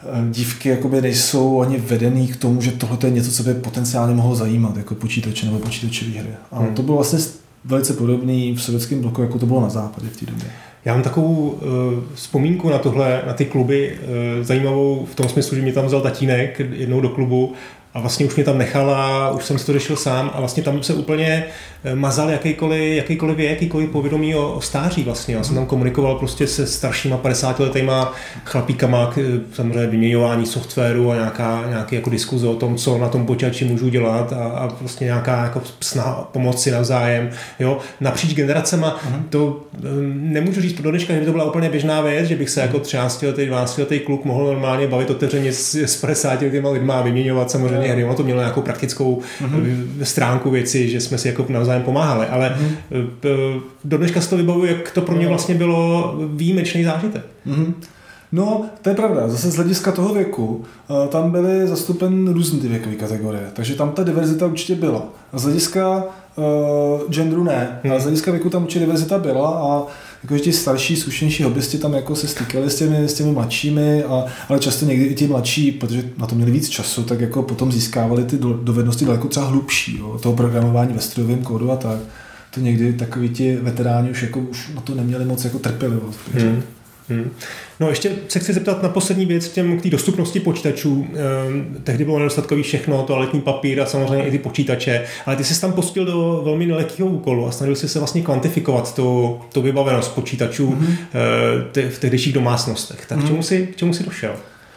S2: dívky jakoby nejsou ani vedený k tomu, že tohle je něco, co by potenciálně mohlo zajímat, jako počítače nebo počítačové hry. A hmm. to bylo vlastně velice podobný v sovětském bloku, jako to bylo na západě v té době.
S1: Já mám takovou uh, vzpomínku na tohle, na ty kluby, uh, zajímavou v tom smyslu, že mě tam vzal tatínek jednou do klubu a vlastně už mě tam nechal a už jsem si to řešil sám a vlastně tam se úplně mazal jakýkoliv, jakýkoliv věk, jakýkoliv povědomí o, o stáří vlastně. Já jsem tam komunikoval prostě se staršíma padesátiletýma chlapíkama, samozřejmě vyměňování softwaru a nějaká, nějaký jako diskuze o tom, co na tom počítači můžu dělat a, a vlastně nějaká jako snaha pomoci navzájem. Jo? Napříč generacema uh-huh. to nemůžu říct do dneška, že by to byla úplně běžná věc, že bych se jako třináctiletý, dvanáctiletý kluk mohl normálně bavit otevřeně s, s padesátiletýma lidma a vyměňovat samozřejmě hry. Ono to mělo nějakou praktickou uh-huh. stránku věci, že jsme si jako navzájem pomáhali, ale uh-huh. do dneška si to vybavuju, jak to pro mě vlastně bylo výjimečný zážitek.
S2: Uh-huh. No, to je pravda. Zase z hlediska toho věku tam byly zastupeny různé ty věkové kategorie, takže tam ta diverzita určitě byla. A z hlediska uh, genderu ne, hmm. ale z hlediska věku tam určitě diverzita byla a jakože ti starší, zkušenější hobbysti tam jako se stýkali s těmi, s těmi mladšími, a, ale často někdy i ti mladší, protože na to měli víc času, tak jako potom získávali ty dovednosti daleko třeba hlubší, jo, toho programování ve strojovém kódu a tak. To někdy takoví ti veteráni už, jako, už na to neměli moc jako trpělivost.
S1: Hmm. Hmm. No ještě se chci zeptat na poslední věc k té dostupnosti počítačů. Ehm, tehdy bylo nedostatkový všechno, toaletní papír a samozřejmě i ty počítače, ale ty jsi tam pustil do velmi nelehkého úkolu a snažil jsi se vlastně kvantifikovat tu, tu vybavenost počítačů mm-hmm. te, v tehdejších domácnostech. Tak mm-hmm. k čemu jsi, k čemu jsi došel?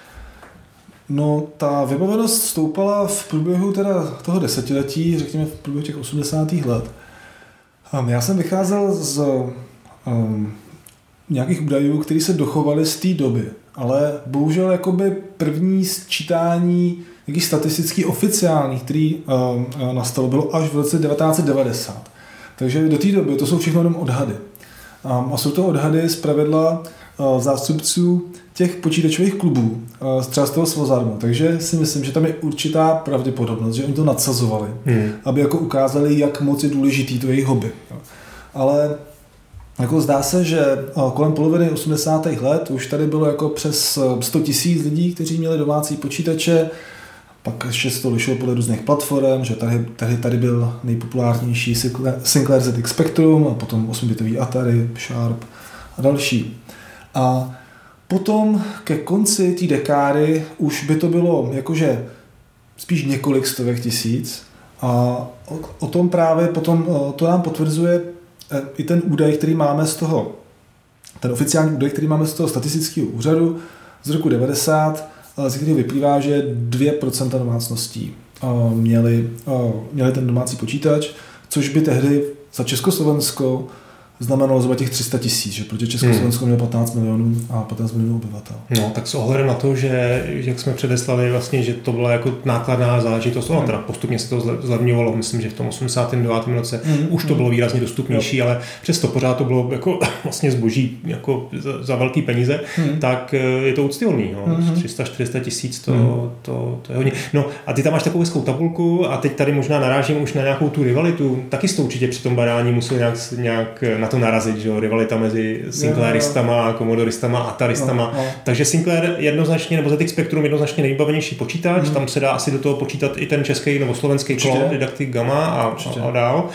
S2: No, ta vybavenost stoupala v průběhu teda toho desetiletí, řekněme v průběhu těch osmdesátých let. Um, já jsem vycházel z um, nějakých údajů, které se dochovaly z té doby, ale bohužel jakoby první sčítání nějakých statistických oficiálních, který uh, nastalo, bylo až v roce devatenáct set devadesát. Takže do té doby to jsou všechno jenom odhady. Um, a jsou to odhady zpravidla uh, zástupců těch počítačových klubů, uh, třeba z toho Svozarmu. Takže si myslím, že tam je určitá pravděpodobnost, že oni to nadsazovali, hmm. aby jako ukázali, jak moc je důležitý to jejich hobby. Ale jako zdá se, že kolem poloviny osmdesátých let už tady bylo jako přes sto tisíc lidí, kteří měli domácí počítače, pak ještě se to lišilo podle různých platform, že tady, tady, tady byl nejpopulárnější Sinclair Z X Spectrum a potom osmibitový Atari, Sharp a další. A potom ke konci té dekády už by to bylo jakože spíš několik stovek tisíc a o, o tom právě potom to nám potvrzuje i ten údaj, který máme z toho, ten oficiální údaj, který máme z toho statistického úřadu z roku devadesát, z kterého vyplývá, že dvě procenta domácností měli, měli ten domácí počítač, což by tehdy za Československo znamenalo zhruba těch tři sta tisíc, že protože Československo mělo patnáct milionů a patnáct milionů obyvatel.
S1: No, tak s ohledem na to, že jak jsme předeslali vlastně, že to byla jako nákladná záležitost, ono teda postupně se to zlevňovalo, myslím, že v tom osmdesátém devátém roce mm, už to bylo výrazně dostupnější, jo. Ale přesto pořád to bylo jako vlastně zboží jako za, za velký peníze, mm. tak je to úctyhodný, no. mm. tři sta čtyři sta tisíc, to, mm. to, to, to je hodně. No a ty tam máš takovou hezkou tabulku a teď tady možná narážím už na nějakou tu rivalitu, taky jsi to určitě při tom badání musel nějak, nějak na to narazit, že jo, rivalita mezi Sinclairistama, Commodoristama a Ataristama. No, no. Takže Sinclair jednoznačně, nebo Z X Spectrum jednoznačně nejvybavenější počítač, mm. tam se dá asi do toho počítat i ten český nebo slovenský klon, Didactic Gamma a, a, a dál.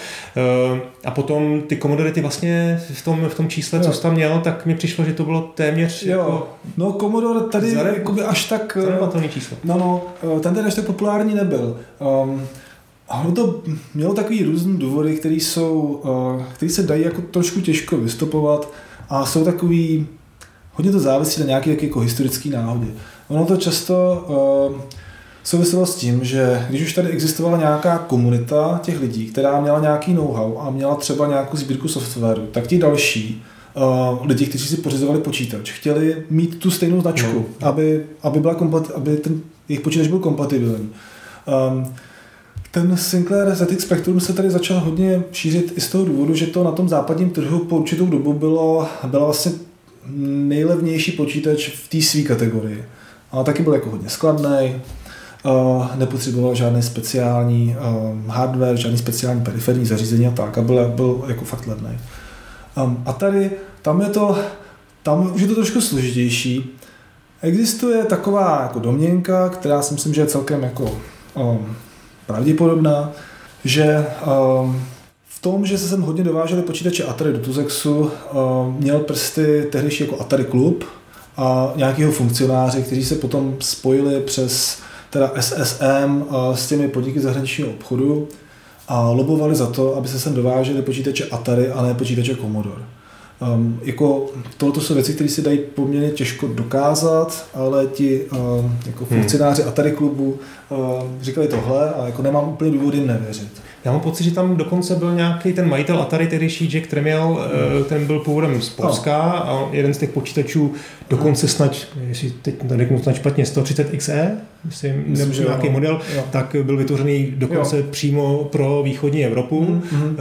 S1: A potom ty Commodore, ty vlastně v tom, v tom čísle, jo. co jsi tam měl, tak mi přišlo, že to bylo téměř
S2: jo.
S1: jako...
S2: No Commodore tady zare... jakoby až tak...
S1: zanedbatelný číslo.
S2: No, no, ten tady až tak populární nebyl. Um, A ono to mělo takový různý důvody, které jsou, které se dají jako trošku těžko vystupovat a jsou takový, hodně to závisí na nějaké jako historické náhodě. Ono to často uh, souviselo s tím, že když už tady existovala nějaká komunita těch lidí, která měla nějaký know-how a měla třeba nějakou sbírku softwaru, tak ti další uh, lidi, kteří si pořizovali počítač, chtěli mít tu stejnou značku, no. aby, aby, byla kompati- aby ten jejich počítač byl kompatibilní. Um, Ten Sinclair Z X Spectrum se tady začal hodně šířit i z toho důvodu, že to na tom západním trhu po určitou dobu bylo, byla vlastně nejlevnější počítač v té své kategorii. A taky byl jako hodně skladný, nepotřeboval žádný speciální hardware, žádný speciální periferní zařízení a tak a byl, byl jako fakt levný. A tady, tam je to, tam už je to trošku složitější. Existuje taková jako domněnka, která si myslím, že je celkem jako um, pravděpodobná, že um, v tom, že se sem hodně dovážely počítače Atari do Tuzexu, um, měl prsty tehdejší jako Atari klub a nějakého funkcionáři, kteří se potom spojili přes teda S S M uh, s těmi podniky zahraničního obchodu a lobovali za to, aby se sem dovážely počítače Atari a ne počítače Commodore. Um, jako tohoto jsou věci, které se dají poměrně těžko dokázat, ale ti um, jako funkcionáři hmm. Atari klubu um, říkali tohle a jako nemám úplně důvod jim nevěřit.
S1: Já mám pocit, že tam dokonce byl nějaký ten majitel Atari, tehdejší Jack Tremiel, hmm. ten byl původem z Polska a jeden z těch počítačů dokonce snad, jestli teď řeknu snad špatně, sto třicet X E, myslím, nebo nějaký jo. model, jo. tak byl vytvořený dokonce jo. přímo pro východní Evropu hmm. uh,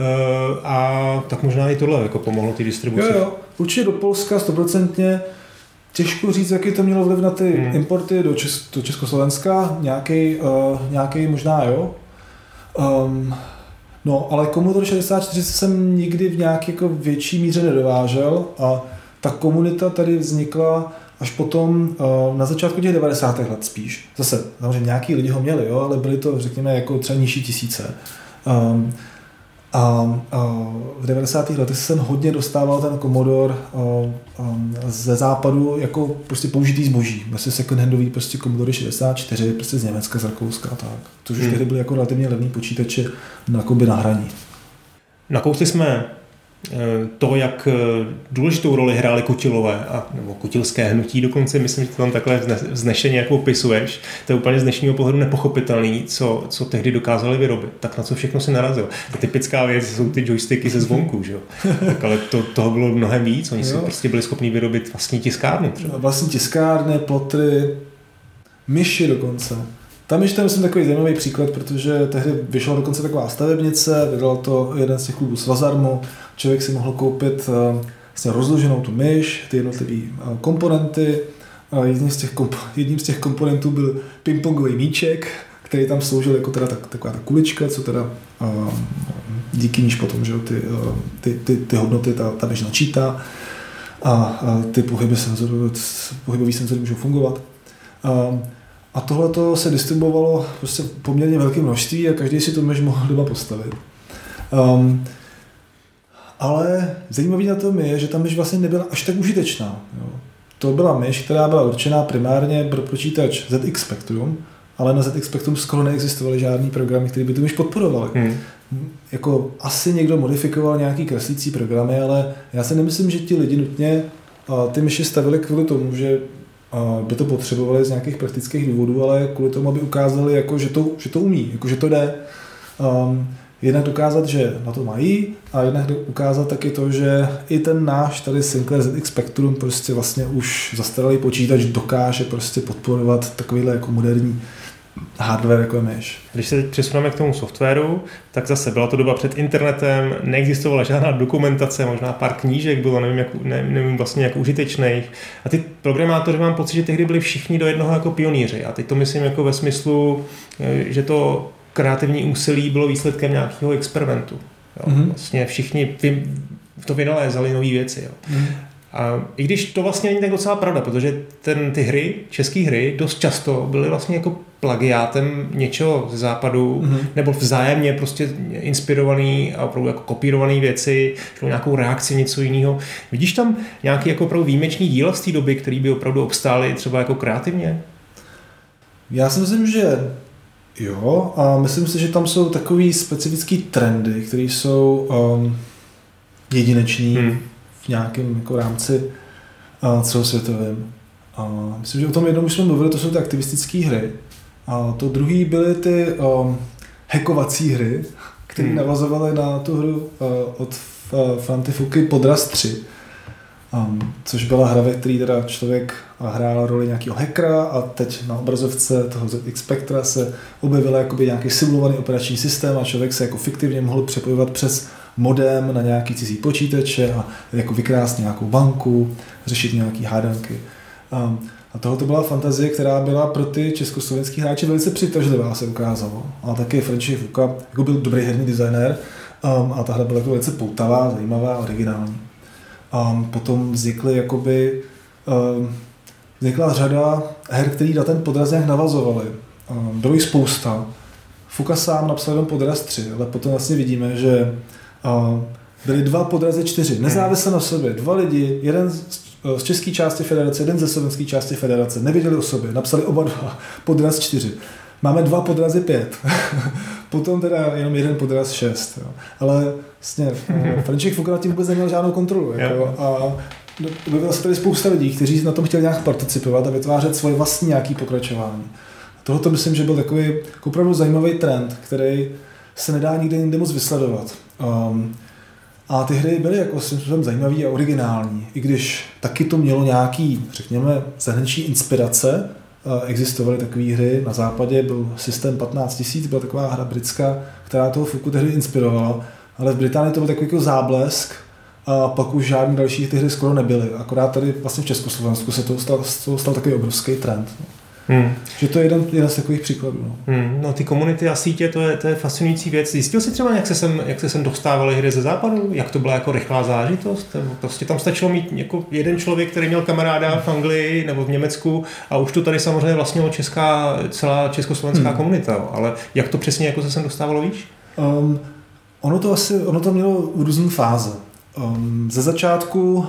S1: a tak možná i tohle jako pomohlo ty distribuci.
S2: Jo, jo. Určitě do Polska stoprocentně. Těžko říct, jaký to mělo vliv na ty hmm. importy do, Čes- do Československa, nějaký, uh, nějaký možná jo. Um, no, ale Commodore šedesát čtyři jsem nikdy v nějak jako větší míře nedovážel a ta komunita tady vznikla až potom uh, na začátku těch devadesátých let spíš. Zase, samozřejmě nějaký lidi ho měli, jo, ale byly to, řekněme, jako třeba nižší tisíce. Um, a, a v devadesátých letech jsem hodně dostával ten Commodore uh, um, ze západu jako prostě použitý zboží. Vlastně second-handový prostě Commodore šedesát čtyři, prostě z Německa, z Rakouska a tak. Což už hmm. tehdy byly jako relativně levný počítače na, na hraní.
S1: Nakousli jsme to, jak důležitou roli hrály kutilové a nebo kutilské hnutí dokonce, myslím, že to tam takhle vznešeně jako opisuješ. To je úplně z dnešního pohledu nepochopitelný, co, co tehdy dokázali vyrobit. Tak na co všechno si narazil. Ta typická věc jsou ty joysticky ze zvonku, že jo. Tak ale to, toho bylo mnohem víc. Oni si prostě byli schopni vyrobit vlastní tiskárny. Třeba.
S2: Vlastní tiskárny, plotry, myši dokonce. Tam ještě myslím takový zajímavý příklad, protože tehdy vyšla dokonce taková stavebnice, vydal to jeden z těch klubů Svazarmu, člověk si mohl koupit vlastně rozloženou tu myš, ty jednotlivé komponenty. Jedním z těch, komp- jedním z těch komponentů byl pingpongový míček, který tam sloužil jako teda tak, taková ta kulička, co teda díky níž potom, že ty, ty, ty, ty hodnoty ta, ta myš načítá a, a ty pohyby senzoru, pohybový senzory můžou fungovat. A, A tohleto se distribuovalo prostě poměrně velké množství a každý si to myš mohl doma postavit. Um, ale zajímavý na tom je, že ta myš vlastně nebyla až tak užitečná. Jo. To byla myš, která byla určená primárně pro počítač Z X Spectrum, ale na Z X Spectrum skoro neexistovaly žádný programy, které by tu myš podporovaly. Hmm. Jako asi někdo modifikoval nějaký kreslící programy, ale já si nemyslím, že ti lidi nutně ty myši stavili kvůli tomu, že by to potřebovali z nějakých praktických důvodů, ale kvůli tomu, aby ukázali, jako, že, to, že to umí, jako, že to jde. Um, jednak dokázat, že na to mají a jednak ukázat taky to, že i ten náš tady Sinclair Z X Spectrum prostě vlastně už zastaralý počítač dokáže prostě podporovat takovýhle jako moderní hardware jako je myš.
S1: Když se teď přesuneme k tomu softwaru, tak zase byla to doba před internetem, neexistovala žádná dokumentace, možná pár knížek bylo, nevím, jak, ne, nevím vlastně jak užitečných. A ty programátoři, mám pocit, že tehdy byli všichni do jednoho jako pionýři. A teď to myslím jako ve smyslu, že to kreativní úsilí bylo výsledkem nějakého experimentu. Jo. Mm-hmm. Vlastně všichni to vynalézali nové věci. Jo. Mm-hmm. A i když to vlastně není tak docela pravda, protože ten, ty hry, české hry, dost často byly vlastně jako plagiátem něčeho ze západu, mm-hmm. nebo vzájemně prostě inspirovaný a opravdu jako kopírovaný věci, nějakou reakci, něco jiného. Vidíš tam nějaký jako opravdu výjimečný díla z té doby, který by opravdu obstály třeba jako kreativně?
S2: Já si myslím, že jo, a myslím si, že tam jsou takový specifický trendy, které jsou um, jedineční hmm. v nějakém jako rámci uh, celosvětovém. Uh, myslím, že o tom jednou už jsme mluvili, to jsou ty aktivistické hry. A to druhý byly ty um, hackovací hry, které hmm. navazovaly na tu hru uh, od uh, Franty Fuky Podraz tři. Um, což byla hra, ve který teda člověk hrál roli nějakého hackera a teď na obrazovce toho Z X Spectra se objevil jakoby nějaký simulovaný operační systém a člověk se jako fiktivně mohl přepojovat přes modem na nějaký cizí počítače a jako vykrást nějakou banku, řešit nějaký hádanky. Um, a tohle to byla fantazie, která byla pro ty československý hráče velice přitažlivá, se ukázalo. A taky František Fuka jako byl dobrý herní designér um, a ta hra byla jako velice poutavá, zajímavá a originální. A potom vznikly jakoby um, vznikla řada her, který na ten podraz nějak navazovaly. Bylo jich spousta. Fuka sám napsal jenom podraz tři, ale potom vlastně vidíme, že byly dva podrazy čtyři, nezávisle na sobě. Dva lidi, jeden z české části federace, jeden ze slovenské části federace, nevěděli o sobě, napsali oba dva podraz čtyři. Máme dva podrazy pět. Potom teda jenom jeden podraz šest. Jo. Ale vlastně František Fuka nad tím vůbec neměl žádnou kontrolu. Jako, a objevila se tady spousta lidí, kteří na tom chtěli nějak participovat a vytvářet svoje vlastní nějaké pokračování. Tohle to myslím, že byl takový jako opravdu zajímavý trend, který se nedá nikde jinde moc vysledovat. Um, a ty hry byly jako svým způsobem zajímavý a originální, i když taky to mělo nějaký, řekněme, zahraniční inspirace. Existovaly takové hry, na západě byl systém patnáct tisíc, byla taková hra britská, která toho Fuku tehdy inspirovala, ale v Británii to byl takový jako záblesk a pak už žádný další ty hry skoro nebyly. Akorát tady vlastně v Československu se to stal, to stal takový obrovský trend. Hmm. Že to je jeden, jeden z takových příkladů. No.
S1: Hmm. No ty komunity a sítě, to je, to je fascinující věc. Zjistil jsi třeba, jak se sem, jak se sem dostávaly hry ze západu? Jak to byla jako rychlá zážitost? Prostě tam stačilo mít jako jeden člověk, který měl kamaráda v Anglii nebo v Německu a už to tady samozřejmě vlastně česká, celá československá hmm. komunita. Ale jak to přesně jako se sem dostávalo, víš?
S2: Um, ono to asi, ono to mělo různé fáze. Um, ze začátku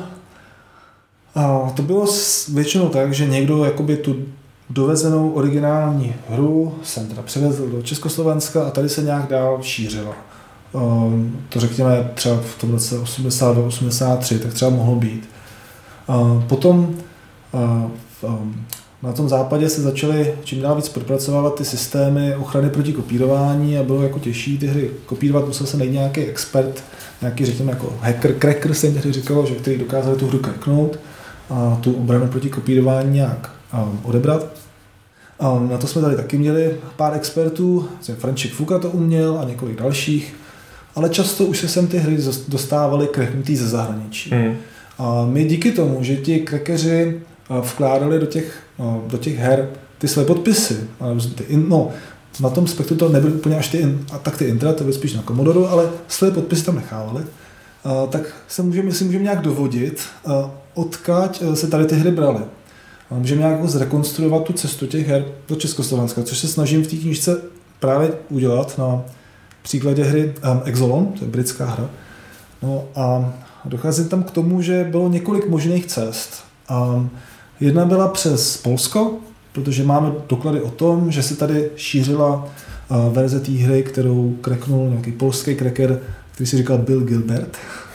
S2: uh, to bylo většinou tak, že někdo jakoby tu dovezenou originální hru jsem teda přivezl do Československa a tady se nějak dál šířila. Um, to řekněme třeba v tom roce osmdesát dva osmdesát tři, tak třeba mohlo být. Uh, potom uh, um, na tom západě se začaly čím dál víc propracovávat ty systémy ochrany proti kopírování a bylo jako těžší ty hry kopírovat, musel se najít nějaký expert, nějaký řekněme jako hacker, cracker se jim říkalo, že který dokázali tu hru cracknout a tu obranu proti kopírování nějak um, odebrat. Um, na to jsme tady taky měli pár expertů, František Fuka to uměl a několik dalších, ale často už se sem ty hry dostávaly cracknutý ze zahraničí. Mm. A my díky tomu, že ti crackeři vkládali do těch, do těch her ty své podpisy, ty in, no, na tom spektru to nebyly úplně až ty, in, tak ty intra, to byly spíš na Commodoru, ale své podpisy tam nechávali, a, tak se můžeme, si můžeme nějak dovodit, a, odkud se tady ty hry braly. A můžeme nějak zrekonstruovat tu cestu těch her do Československa, což se snažím v té knížce právě udělat na příkladě hry um, Exolon, to je britská hra. No a docházím tam k tomu, že bylo několik možných cest. Um, jedna byla přes Polsko, protože máme doklady o tom, že se tady šířila uh, verze té hry, kterou cracknul nějaký polský cracker, který si říkal Bill Gilbert.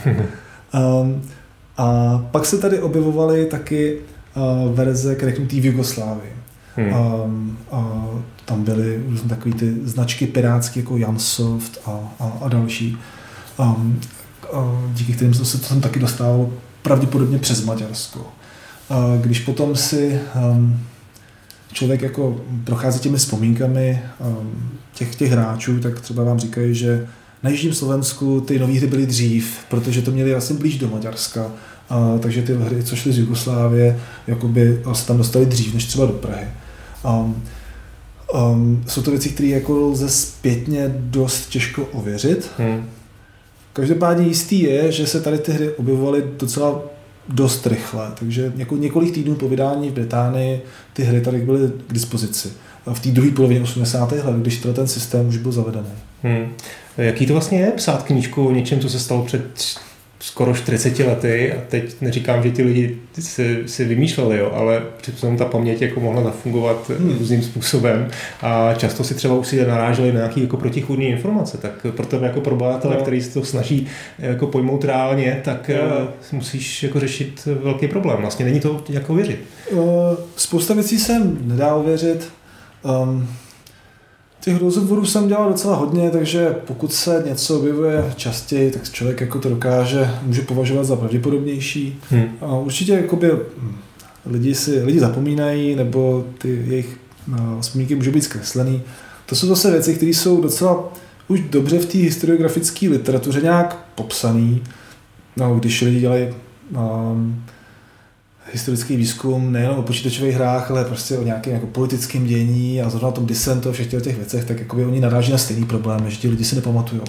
S2: um, a pak se tady objevovaly taky uh, verze cracknutý v Jugoslávii. Hmm. Um, a tam byly různé takové ty značky pirátské jako Jansoft a, a, a další, um, a díky kterým se to tam taky dostávalo pravděpodobně přes Maďarsko. A když potom si um, člověk jako prochází těmi vzpomínkami um, těch, těch hráčů, tak třeba vám říkají, že na jižním Slovensku ty nové hry byly dřív, protože to měli asi blíž do Maďarska. A, takže ty hry, co šly z Jugoslávie, jakoby se tam dostali dřív než třeba do Prahy. Um, um, jsou to věci, které jako lze zpětně dost těžko ověřit. Hmm. Každopádně jistý je, že se tady ty hry objevovaly docela dost rychle, takže jako několik týdnů po vydání v Británii ty hry tady byly k dispozici. A v té druhé polovině osmdesátých let, když ten systém už byl zavedený. Hmm.
S1: Jaký to vlastně je psát knížku o něčem, co se stalo před skoro čtyřiceti lety a teď neříkám, že ti lidi si, si vymýšleli, jo, ale přitom ta paměť jako mohla nafungovat hmm. různým způsobem a často si třeba už si naráželi na nějaké jako protichůdné informace, tak pro tebe jako pro badatele, no. který si to snaží jako pojmout reálně, tak no. musíš jako řešit velký problém. Vlastně není to jako věřit.
S2: Spousta věcí se nedá ověřit. Um, Těch rozhovorů jsem dělal docela hodně, takže pokud se něco objevuje častěji, tak člověk jako to dokáže, může považovat za pravděpodobnější. Hmm. A určitě jakoby, lidi si lidi zapomínají, nebo ty jejich vzpomínky můžou být zkreslený. To jsou zase věci, které jsou docela už dobře v té historiografické literatuře nějak popsaný. No, když lidi dělají um, historický výzkum nejen o počítačových hrách, ale prostě o nějakém jako politickém dění a zrovna o tom disentu a všech těch věcech, tak jakoby oni naráží na stejný problém, že ti lidi si nepamatujou.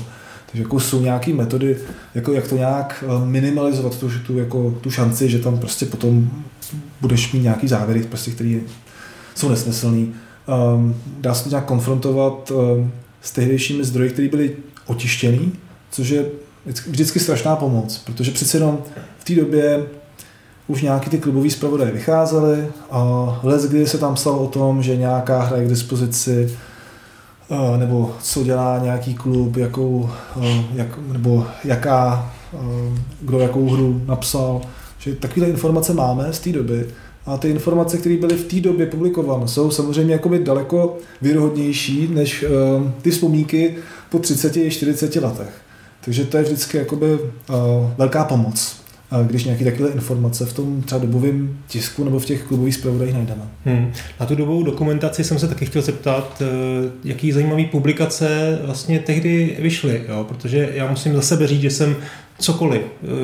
S2: Takže jako jsou nějaké metody, jako jak to nějak minimalizovat tu, tu, jako, tu šanci, že tam prostě potom budeš mít nějaký závěry, prostě, které jsou nesmyslný. Um, dá se to nějak konfrontovat um, s tehdejšími zdroji, které byly otištěný, což je vždycky strašná pomoc, protože přece jenom v té době už nějaký ty klubový zpravodaje vycházely a les, kdy se tam psalo o tom, že nějaká hra je k dispozici, nebo co dělá nějaký klub, jakou, jak, nebo jaká, kdo jakou hru napsal, že takovéhle informace máme z té doby a ty informace, které byly v té době publikované, jsou samozřejmě jakoby daleko věrohodnější než ty vzpomínky po třiceti čtyřiceti letech. Takže to je vždycky jakoby velká pomoc, když nějaké takové informace v tom třeba dobovém tisku nebo v těch klubových zpravodajích najdeme.
S1: Hmm. Na tu dobovou dokumentaci jsem se taky chtěl zeptat, jaký zajímavý publikace vlastně tehdy vyšly, jo? Protože já musím za sebe říct, že jsem cokoliv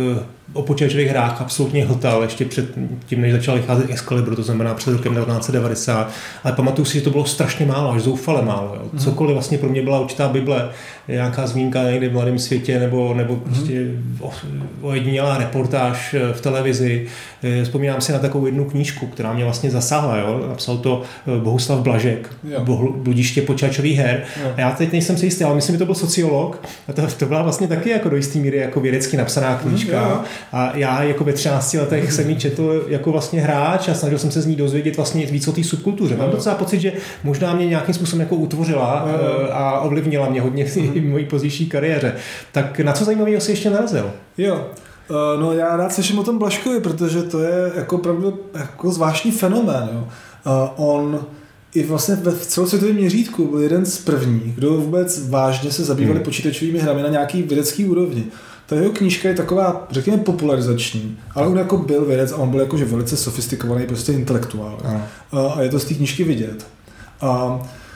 S1: o počítačových hrách absolutně hltal ještě před tím, než začal vycházet Excalibur, to znamená před rokem devatenáct set devadesát, ale pamatuju si, že to bylo strašně málo, až zoufale málo. Jo. Cokoliv vlastně pro mě byla určitá Bible, nějaká zmínka někde v Mladém světě, nebo, nebo prostě ojedinělá reportáž v televizi. Vzpomínám si na takovou jednu knížku, která mě vlastně zasáhla. Jo. Napsal to Bohuslav Blažek, Bludiště počítačových her. Jo. A já teď nejsem si jistý, ale myslím, že to byl sociolog. A to, to byla vlastně taky jako do jistý míry jako vědecky napsaná knížka. Jo. A já jako ve třinácti letech jsem ji četl jako vlastně hráč a snažil jsem se z ní dozvědět vlastně víc o té subkultuře. Mám docela pocit, že možná mě nějakým způsobem jako utvořila a ovlivnila mě hodně v mojí pozdější kariéře. Tak na co zajímavého si ještě narazil?
S2: Jo, no já rád slyším o tom Blažkovi, protože to je jako opravdu jako zvláštní fenomén. Jo. On i vlastně v celosvětovém měřítku byl jeden z prvních, kdo vůbec vážně se zabývali hmm. počítačovými hrami na nějaký vědecký úrovni. Ta jeho knížka je taková, řekněme, popularizační, ale on jako byl vědec a on byl jakože velice sofistikovaný prostě intelektuál. A, a je to z té knížky vidět. A,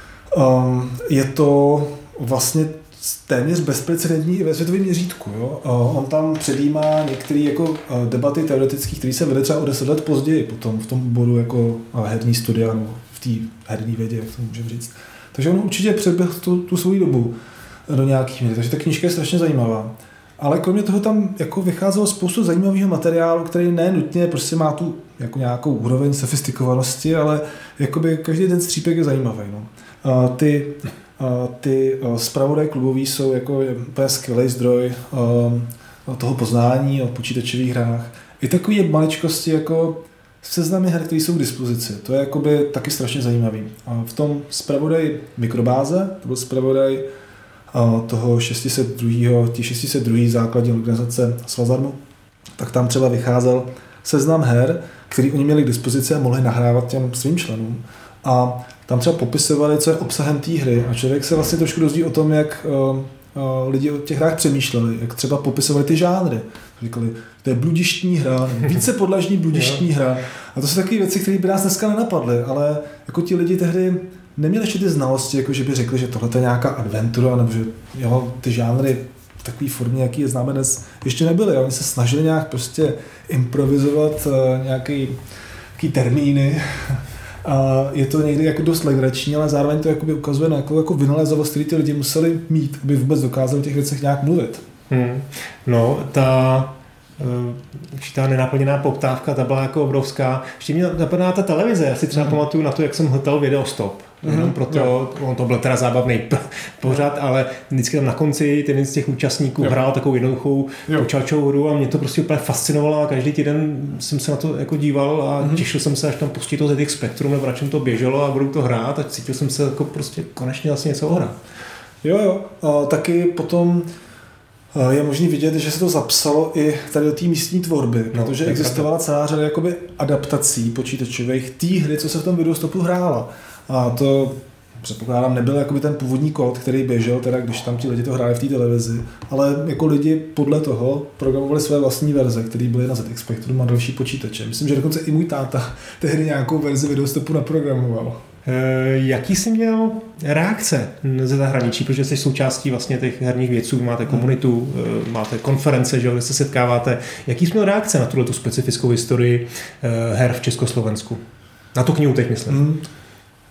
S2: um, je to vlastně téměř bezprecedentní i ve světovém měřítku. Jo? A on tam předjímá některé jako debaty teoretické, které se vedly třeba o deset let později potom v tom bodu jako herní studia nebo v té herní vědě, jak to můžeme říct. Takže on určitě předběhl tu, tu svou dobu do nějakých míry. Takže ta knížka je strašně zajímavá. Ale kromě toho tam jako vycházelo spoustu zajímavého materiálu, který ne nutně prostě má tu jako nějakou úroveň sofistikovanosti, ale jakoby každý ten střípek je zajímavý. No. A ty a ty zpravodaj klubový jsou jako úplně skvělý zdroj a, toho poznání o počítačových hrách. I takový maličkosti jako seznamy her, které jsou k dispozici. To je jakoby taky strašně zajímavý. A v tom zpravodaj Mikrobáze, to byl zpravodaj toho šest set dva, tí šest set dva základní organizace Svazarmu, tak tam třeba vycházel seznam her, který oni měli k dispozici a mohli nahrávat těm svým členům. A tam třeba popisovali, co je obsahem té hry a člověk se vlastně trošku dozví o tom, jak uh, uh, lidi o těch hrách přemýšleli, jak třeba popisovali ty žánry. Říkali, to je bludištní hra, více podlažní bludištní hra. A to jsou takové věci, které by nás dneska nenapadly, ale jako ti lidi tehdy neměli ještě ty znalosti, jako že by řekli, že tohle je nějaká adventura, nebo že jo, ty žánry v takové formě, jaký je známe dnes, ještě nebyly. Oni se snažili nějak prostě improvizovat uh, nějaký, nějaký termíny. A je to někdy jako dost legrační, ale zároveň to jakoby ukazuje na jako, jako vynalézavost, který ty lidi museli mít, aby vůbec dokázali o těch věcech nějak mluvit.
S1: Hmm. No, ta ta nenaplněná poptávka, ta byla jako obrovská. Ještě mě napadá ta televize, já si třeba mm. pamatuju na to, jak jsem hltal Videostop. Mm. Jenom proto, jo. On to byl teda zábavný pořad, ale vždycky tam na konci ten z těch účastníků jo. hrál takovou jednoduchou počítačovou hru a mě to prostě úplně fascinovalo a každý týden jsem se na to jako díval a mm. těšil jsem se, až tam pustí to Z X Spectrum, nebo na čem to běželo a budu to hrát a cítil jsem se jako prostě konečně vlastně něco ohrát.
S2: Jo, jo. A taky potom je možný vidět, že se to zapsalo i tady do té místní tvorby, no, protože existovala celá řada jakoby adaptací počítačových té hry, co se v tom Videostopu hrála. A to, předpokládám, nebyl jakoby ten původní kód, který běžel, teda když tam ti lidi to hráli v té televizi, ale jako lidi podle toho programovali své vlastní verze, které byly na Z X Spectrum a další počítače. Myslím, že dokonce i můj táta tehdy nějakou verzi Videostopu naprogramoval.
S1: Jaký jsi měl reakce ze zahraničí, protože jsi součástí vlastně těch herních vědců, máte komunitu, máte konference, že, kde se setkáváte. Jaký jsi měl reakce na tuhle specifickou historii her v Československu? Na tu knihu teď myslím. Hmm.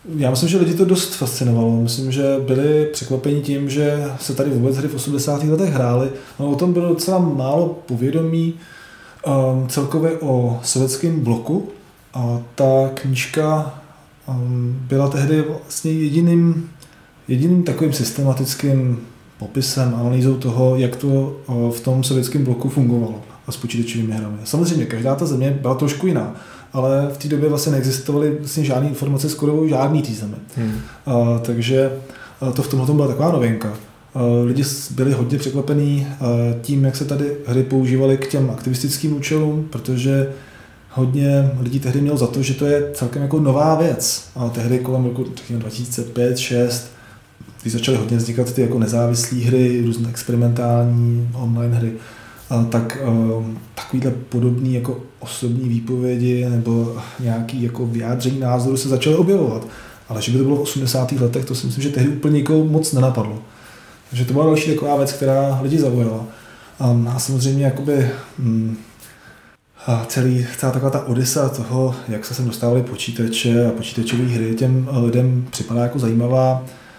S2: Já myslím, že lidi to dost fascinovalo. Myslím, že byli překvapeni tím, že se tady vůbec hry v osmdesátých letech hrály. No, o tom bylo docela málo povědomí um, celkově o sovětském bloku. A ta knížka um, byla tehdy vlastně jediným, jediným takovým systematickým popisem, analýzou toho, jak to uh, v tom sovětském bloku fungovalo a s počítačovými hrami. Samozřejmě, každá ta země byla trošku jiná, ale v té době vlastně neexistovaly vlastně žádné informace, skoro žádný té zemi. Hmm. Uh, takže uh, to v tomhle byla taková novinka. Uh, lidi byli hodně překvapení uh, tím, jak se tady hry používaly k těm aktivistickým účelům, protože hodně lidí tehdy mělo za to, že to je celkem jako nová věc. A tehdy kolem roku dva tisíce pět dva tisíce šest, když začaly hodně vznikat ty jako nezávislé hry, různé experimentální online hry, a tak um, takovýhle podobný jako osobní výpovědi nebo nějaký jako vyjádření názoru se začaly objevovat. Ale že by to bylo v osmdesátých letech, to si myslím, že tehdy úplně nikoho moc nenapadlo. Takže to byla další taková věc, která lidi zaujala. Um, a samozřejmě jakoby um, a celý, celá taková ta odysa toho, jak se sem dostávaly počítače a počítačové hry, těm lidem připadá jako zajímavá.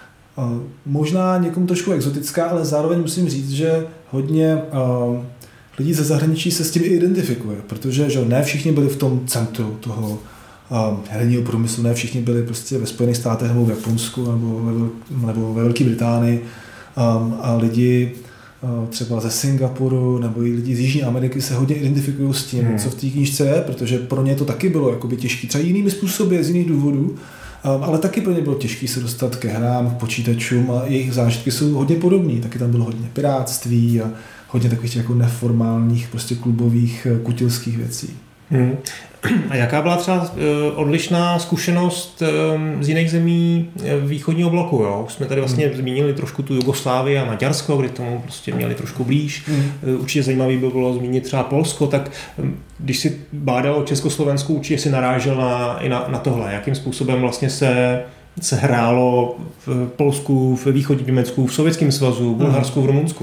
S2: Možná někomu trošku exotická, ale zároveň musím říct, že hodně uh, lidí ze zahraničí se s tím identifikuje, protože že ne všichni byli v tom centru toho uh, herního průmyslu, ne všichni byli prostě ve Spojených státech nebo v Japonsku nebo ve, nebo ve Velké Británii um, a lidi uh, třeba ze Singapuru nebo i lidi z Jižní Ameriky se hodně identifikují s tím, hmm. co v té knížce je, protože pro ně to taky bylo jakoby těžké, třeba jinými způsoby, z jiných důvodů. Ale taky pro ně bylo těžké se dostat ke hrám, k počítačům a jejich zážitky jsou hodně podobné. Taky tam bylo hodně pirátství a hodně takových jako neformálních, prostě klubových, kutilských věcí.
S1: Hmm. A jaká byla třeba odlišná zkušenost z jiných zemí východního bloku? Jo? Už jsme tady vlastně hmm. zmínili trošku tu Jugoslávii a Maďarsko, kde tomu prostě měli trošku blíž. Hmm. Určitě zajímavý by bylo zmínit třeba Polsko, tak když si bádal o Československu, určitě si narážel na, i na, na tohle. Jakým způsobem vlastně se, se hrálo v Polsku, v východním Německu, v Sovětském svazu, v Bulharsku, v Rumunsku?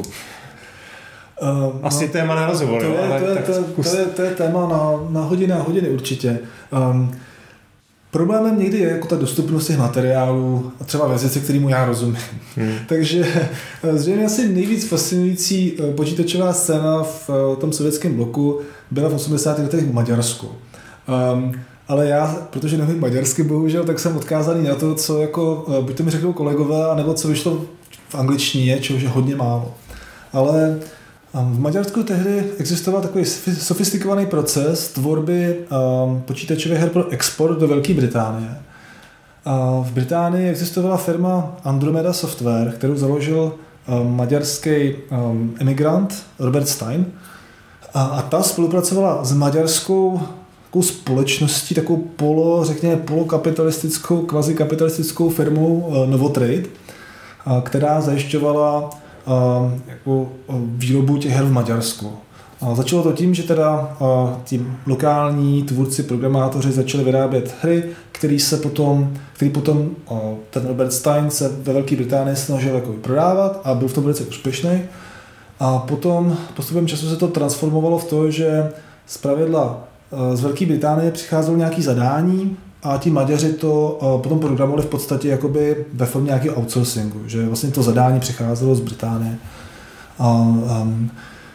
S1: Uh, Asi no, téma na rozhovor.
S2: To,
S1: ale
S2: to, je, to, to, je, to je téma na, na hodiny a hodiny určitě. Um, problémem někdy je jako ta dostupnost těch materiálů a třeba ve jazyce, kterýmu já rozumím. Hmm. Takže zřejmě asi nejvíc fascinující počítačová scéna v tom sovětském bloku byla v osmdesátých letech v Maďarsku. Um, ale já, protože nevím maďarsky bohužel, tak jsem odkázaný na to, co jako, buď to mi řeknou kolegové, anebo co vyšlo v angličtině, čehož je hodně málo. Ale v Maďarsku tehdy existoval takový sofistikovaný proces tvorby um, počítačových her pro export do Velké Británie. A v Británii existovala firma Andromeda Software, kterou založil um, maďarský um, emigrant Robert Stein. A, a ta spolupracovala s maďarskou takovou společností, takovou polo, řekněme, polokapitalistickou, kvazikapitalistickou firmou uh, Novotrade, a, která zajišťovala Uh, jako výrobu těch her v Maďarsku. A začalo to tím, že teda uh, ti lokální tvůrci, programátoři začali vyrábět hry, který se potom, který potom uh, ten Robert Stein se ve Velké Británii snažil jako prodávat a byl v tom velice úspěšný. A potom postupem času se to transformovalo v to, že zpravidla uh, z Velké Británie přicházelo nějaké zadání a ti Maďaři to uh, potom programovali v podstatě jakoby ve formě nějakého outsourcingu, že vlastně to zadání přicházelo z Británie. A um,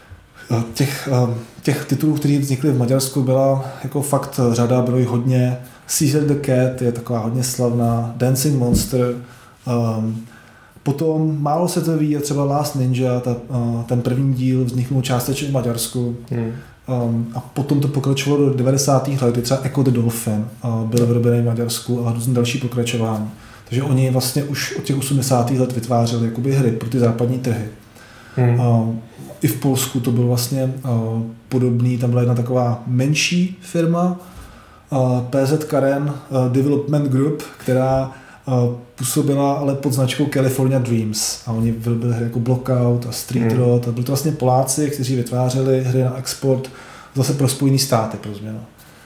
S2: těch, um, těch titulů, které vznikly v Maďarsku, byla jako fakt řada, bylo jich hodně. Caesar the Cat je taková hodně slavná, Dancing Monster, um, potom málo se to ví, je třeba Last Ninja, ta, uh, ten první díl vzniknul částečně v Maďarsku. Hmm. Um, a potom to pokračovalo do devadesátých let, kdy třeba Echo the Dolphin uh, byl vyrobený v Maďarsku a různé další pokračování. Takže oni vlastně už od těch osmdesátých let vytvářeli jakoby hry pro ty západní trhy. Hmm. Uh, I v Polsku to bylo vlastně uh, podobný, tam byla jedna taková menší firma, uh, P Z Karen uh, Development Group, která uh, působila ale pod značkou California Dreams a oni vyrobili hry jako Blockout a Street hmm. Road a byli to vlastně Poláci, kteří vytvářeli hry na export zase pro Spojené státy pro změnu.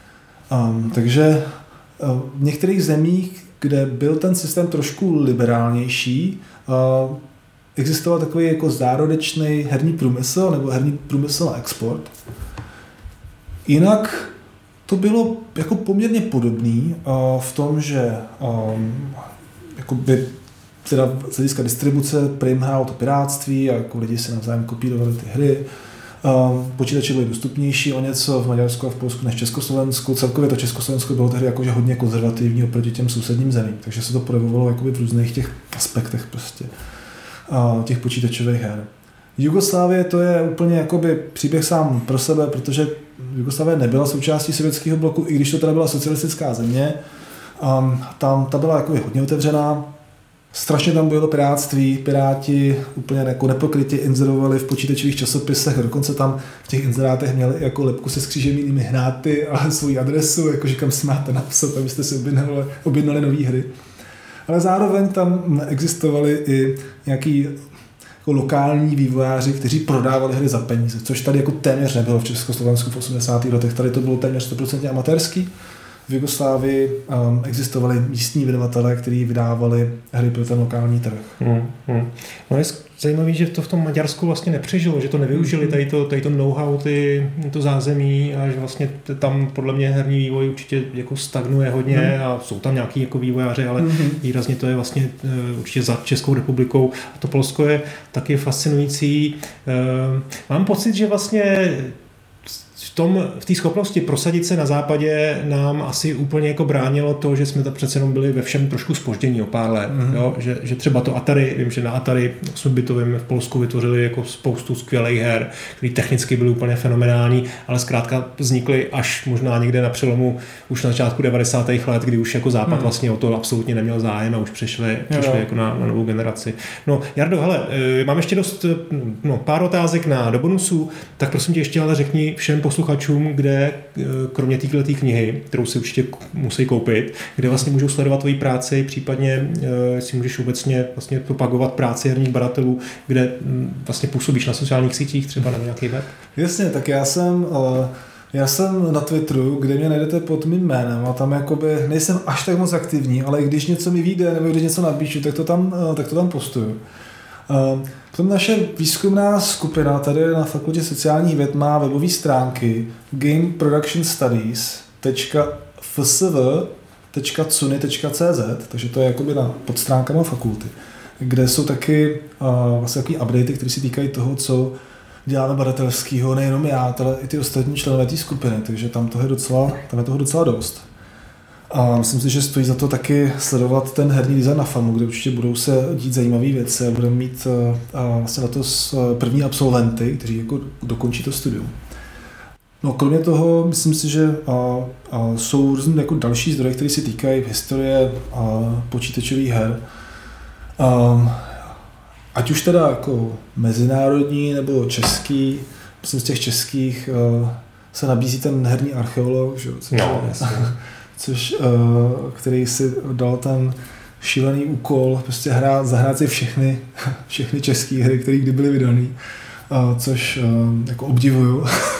S2: Um, takže uh, v některých zemích, kde byl ten systém trošku liberálnější, uh, existoval takový jako zárodečný herní průmysl nebo herní průmysl na export. Jinak to bylo jako poměrně podobný uh, v tom, že um, jakoby teda z hlediska distribuce Prim hrál to pirátství a jako lidi si navzájem kopírovali ty hry. Um, počítače byly dostupnější o něco v Maďarsku a v Polsku než v Československu. Celkově to Československo bylo tehdy jakože hodně konzervativní oproti těm sousedním zemím, takže se to projevovalo jakoby v různých těch aspektech prostě uh, těch počítačových her. Jugoslávie to je úplně jakoby příběh sám pro sebe, protože Jugoslávie nebyla součástí sovětského bloku, i když to teda byla socialistická země. Um, tam ta byla jakoby hodně otevřená. Strašně tam bylo pirátství, piráti úplně jako nepokrytě inzerovali v počítačových časopisech, dokonce tam v těch inzerátech měli jako lepku se skříženými hnáty a svoji adresu, jakože kam si máte napsat, abyste si objednali, objednali nové hry. Ale zároveň tam existovali i nějaký jako lokální vývojáři, kteří prodávali hry za peníze, což tady jako téměř nebylo v Československu v osmdesátých letech, tady to bylo téměř sto procent amatérský. V Jugoslávii um, existovali místní vydavatelé, kteří vydávali hry pro ten lokální trh.
S1: Hmm, hmm. No je zajímavé, že to v tom Maďarsku vlastně nepřežilo, že to nevyužili tady to, tady to know-how, ty, to zázemí a že vlastně tam podle mě herní vývoj určitě jako stagnuje hodně hmm. a jsou tam nějaký jako vývojáři, ale hmm. výrazně to je vlastně určitě za Českou republikou a to Polsko je taky fascinující. Mám pocit, že vlastně v tom, v té schopnosti prosadit se na západě nám asi úplně jako bránilo to, že jsme to přece jenom byli ve všem trošku zpoždění o pár let. Mm-hmm. Jo? Že, že třeba to Atari, vím, že na Atari osmibitovém v Polsku vytvořili jako spoustu skvělých her, které technicky byly úplně fenomenální, ale zkrátka vznikly až možná někde na přelomu už na začátku devadesátých let, kdy už jako západ mm. vlastně o to absolutně neměl zájem a už přešli, přešli jako na, na novou generaci. No Jardo, hele, mám ještě dost, no, pár otázek na do bonusů, tak prosím tě ještě ale řekni všem posluchačům, kde kromě této knihy, kterou si určitě musí koupit, kde vlastně můžou sledovat tvoji práci, případně si můžeš obecně vlastně propagovat práci herních badatelů, kde vlastně působíš na sociálních sítích, třeba na nějaký web?
S2: Jasně, tak já jsem já jsem na Twitteru, kde mě najdete pod mým jménem a tam jakoby nejsem až tak moc aktivní, ale když něco mi vyjde nebo když něco napíšu, tak to tam, tak to tam postuju. Potom naše výzkumná skupina tady na Fakultě sociálních věd má webové stránky game production studies tečka f s v tečka c u n y tečka c z, takže to je jakoby na podstránkama fakulty, kde jsou taky uh, vlastně takový updaty, které se týkají toho, co děláme badatelského, nejenom já, ale i ty ostatní členové té skupiny, takže tam toho je docela, tam je toho docela dost. A myslím si, že stojí za to taky sledovat ten herní design na FAMu, kde určitě budou se dít zajímavé věci a budeme mít a vlastně letos první absolventy, kteří jako dokončí to studium. No kromě toho, myslím si, že a, a jsou různé jako další zdroje, které se týkají historie a počítačových her. A, ať už teda jako mezinárodní nebo český, myslím z těch českých a, se nabízí ten herní archeolog, že?
S1: No,
S2: což, uh, který si dal ten šílený úkol, prostě hrát, zahrát si všechny, všechny české hry, které kdy byly vydané, uh, což uh, jako obdivuju.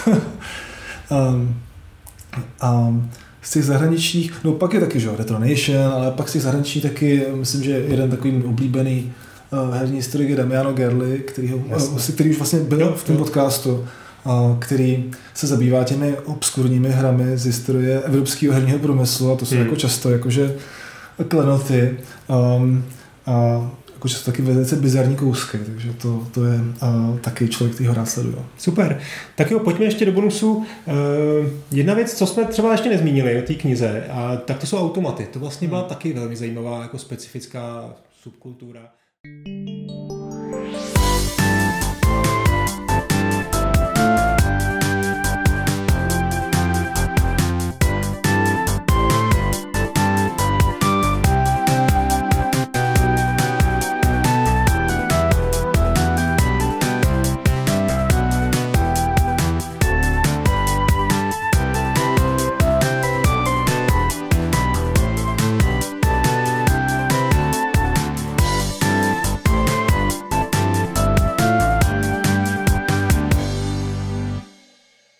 S2: um, um, z těch zahraničních, no pak je taky, že Retro Nation, ale pak z těch zahraničních taky, myslím, že jeden takový oblíbený uh, herní historik je Damiano Gerli, který, uh, který už vlastně byl jo, v tom jo. podcastu, který se zabývá těmi obskurními hrami z historie evropského herního průmyslu a to jsou hmm. jako často jakože klenoty um, a jako často taky velice bizarní kousky, takže to, to je uh, taky člověk, který ho rád sleduje.
S1: Super. Tak jo, pojďme ještě do bonusu. Uh, jedna věc, co jsme třeba ještě nezmínili o té knize, a tak to jsou automaty. To vlastně byla hmm. taky velmi zajímavá jako specifická subkultura.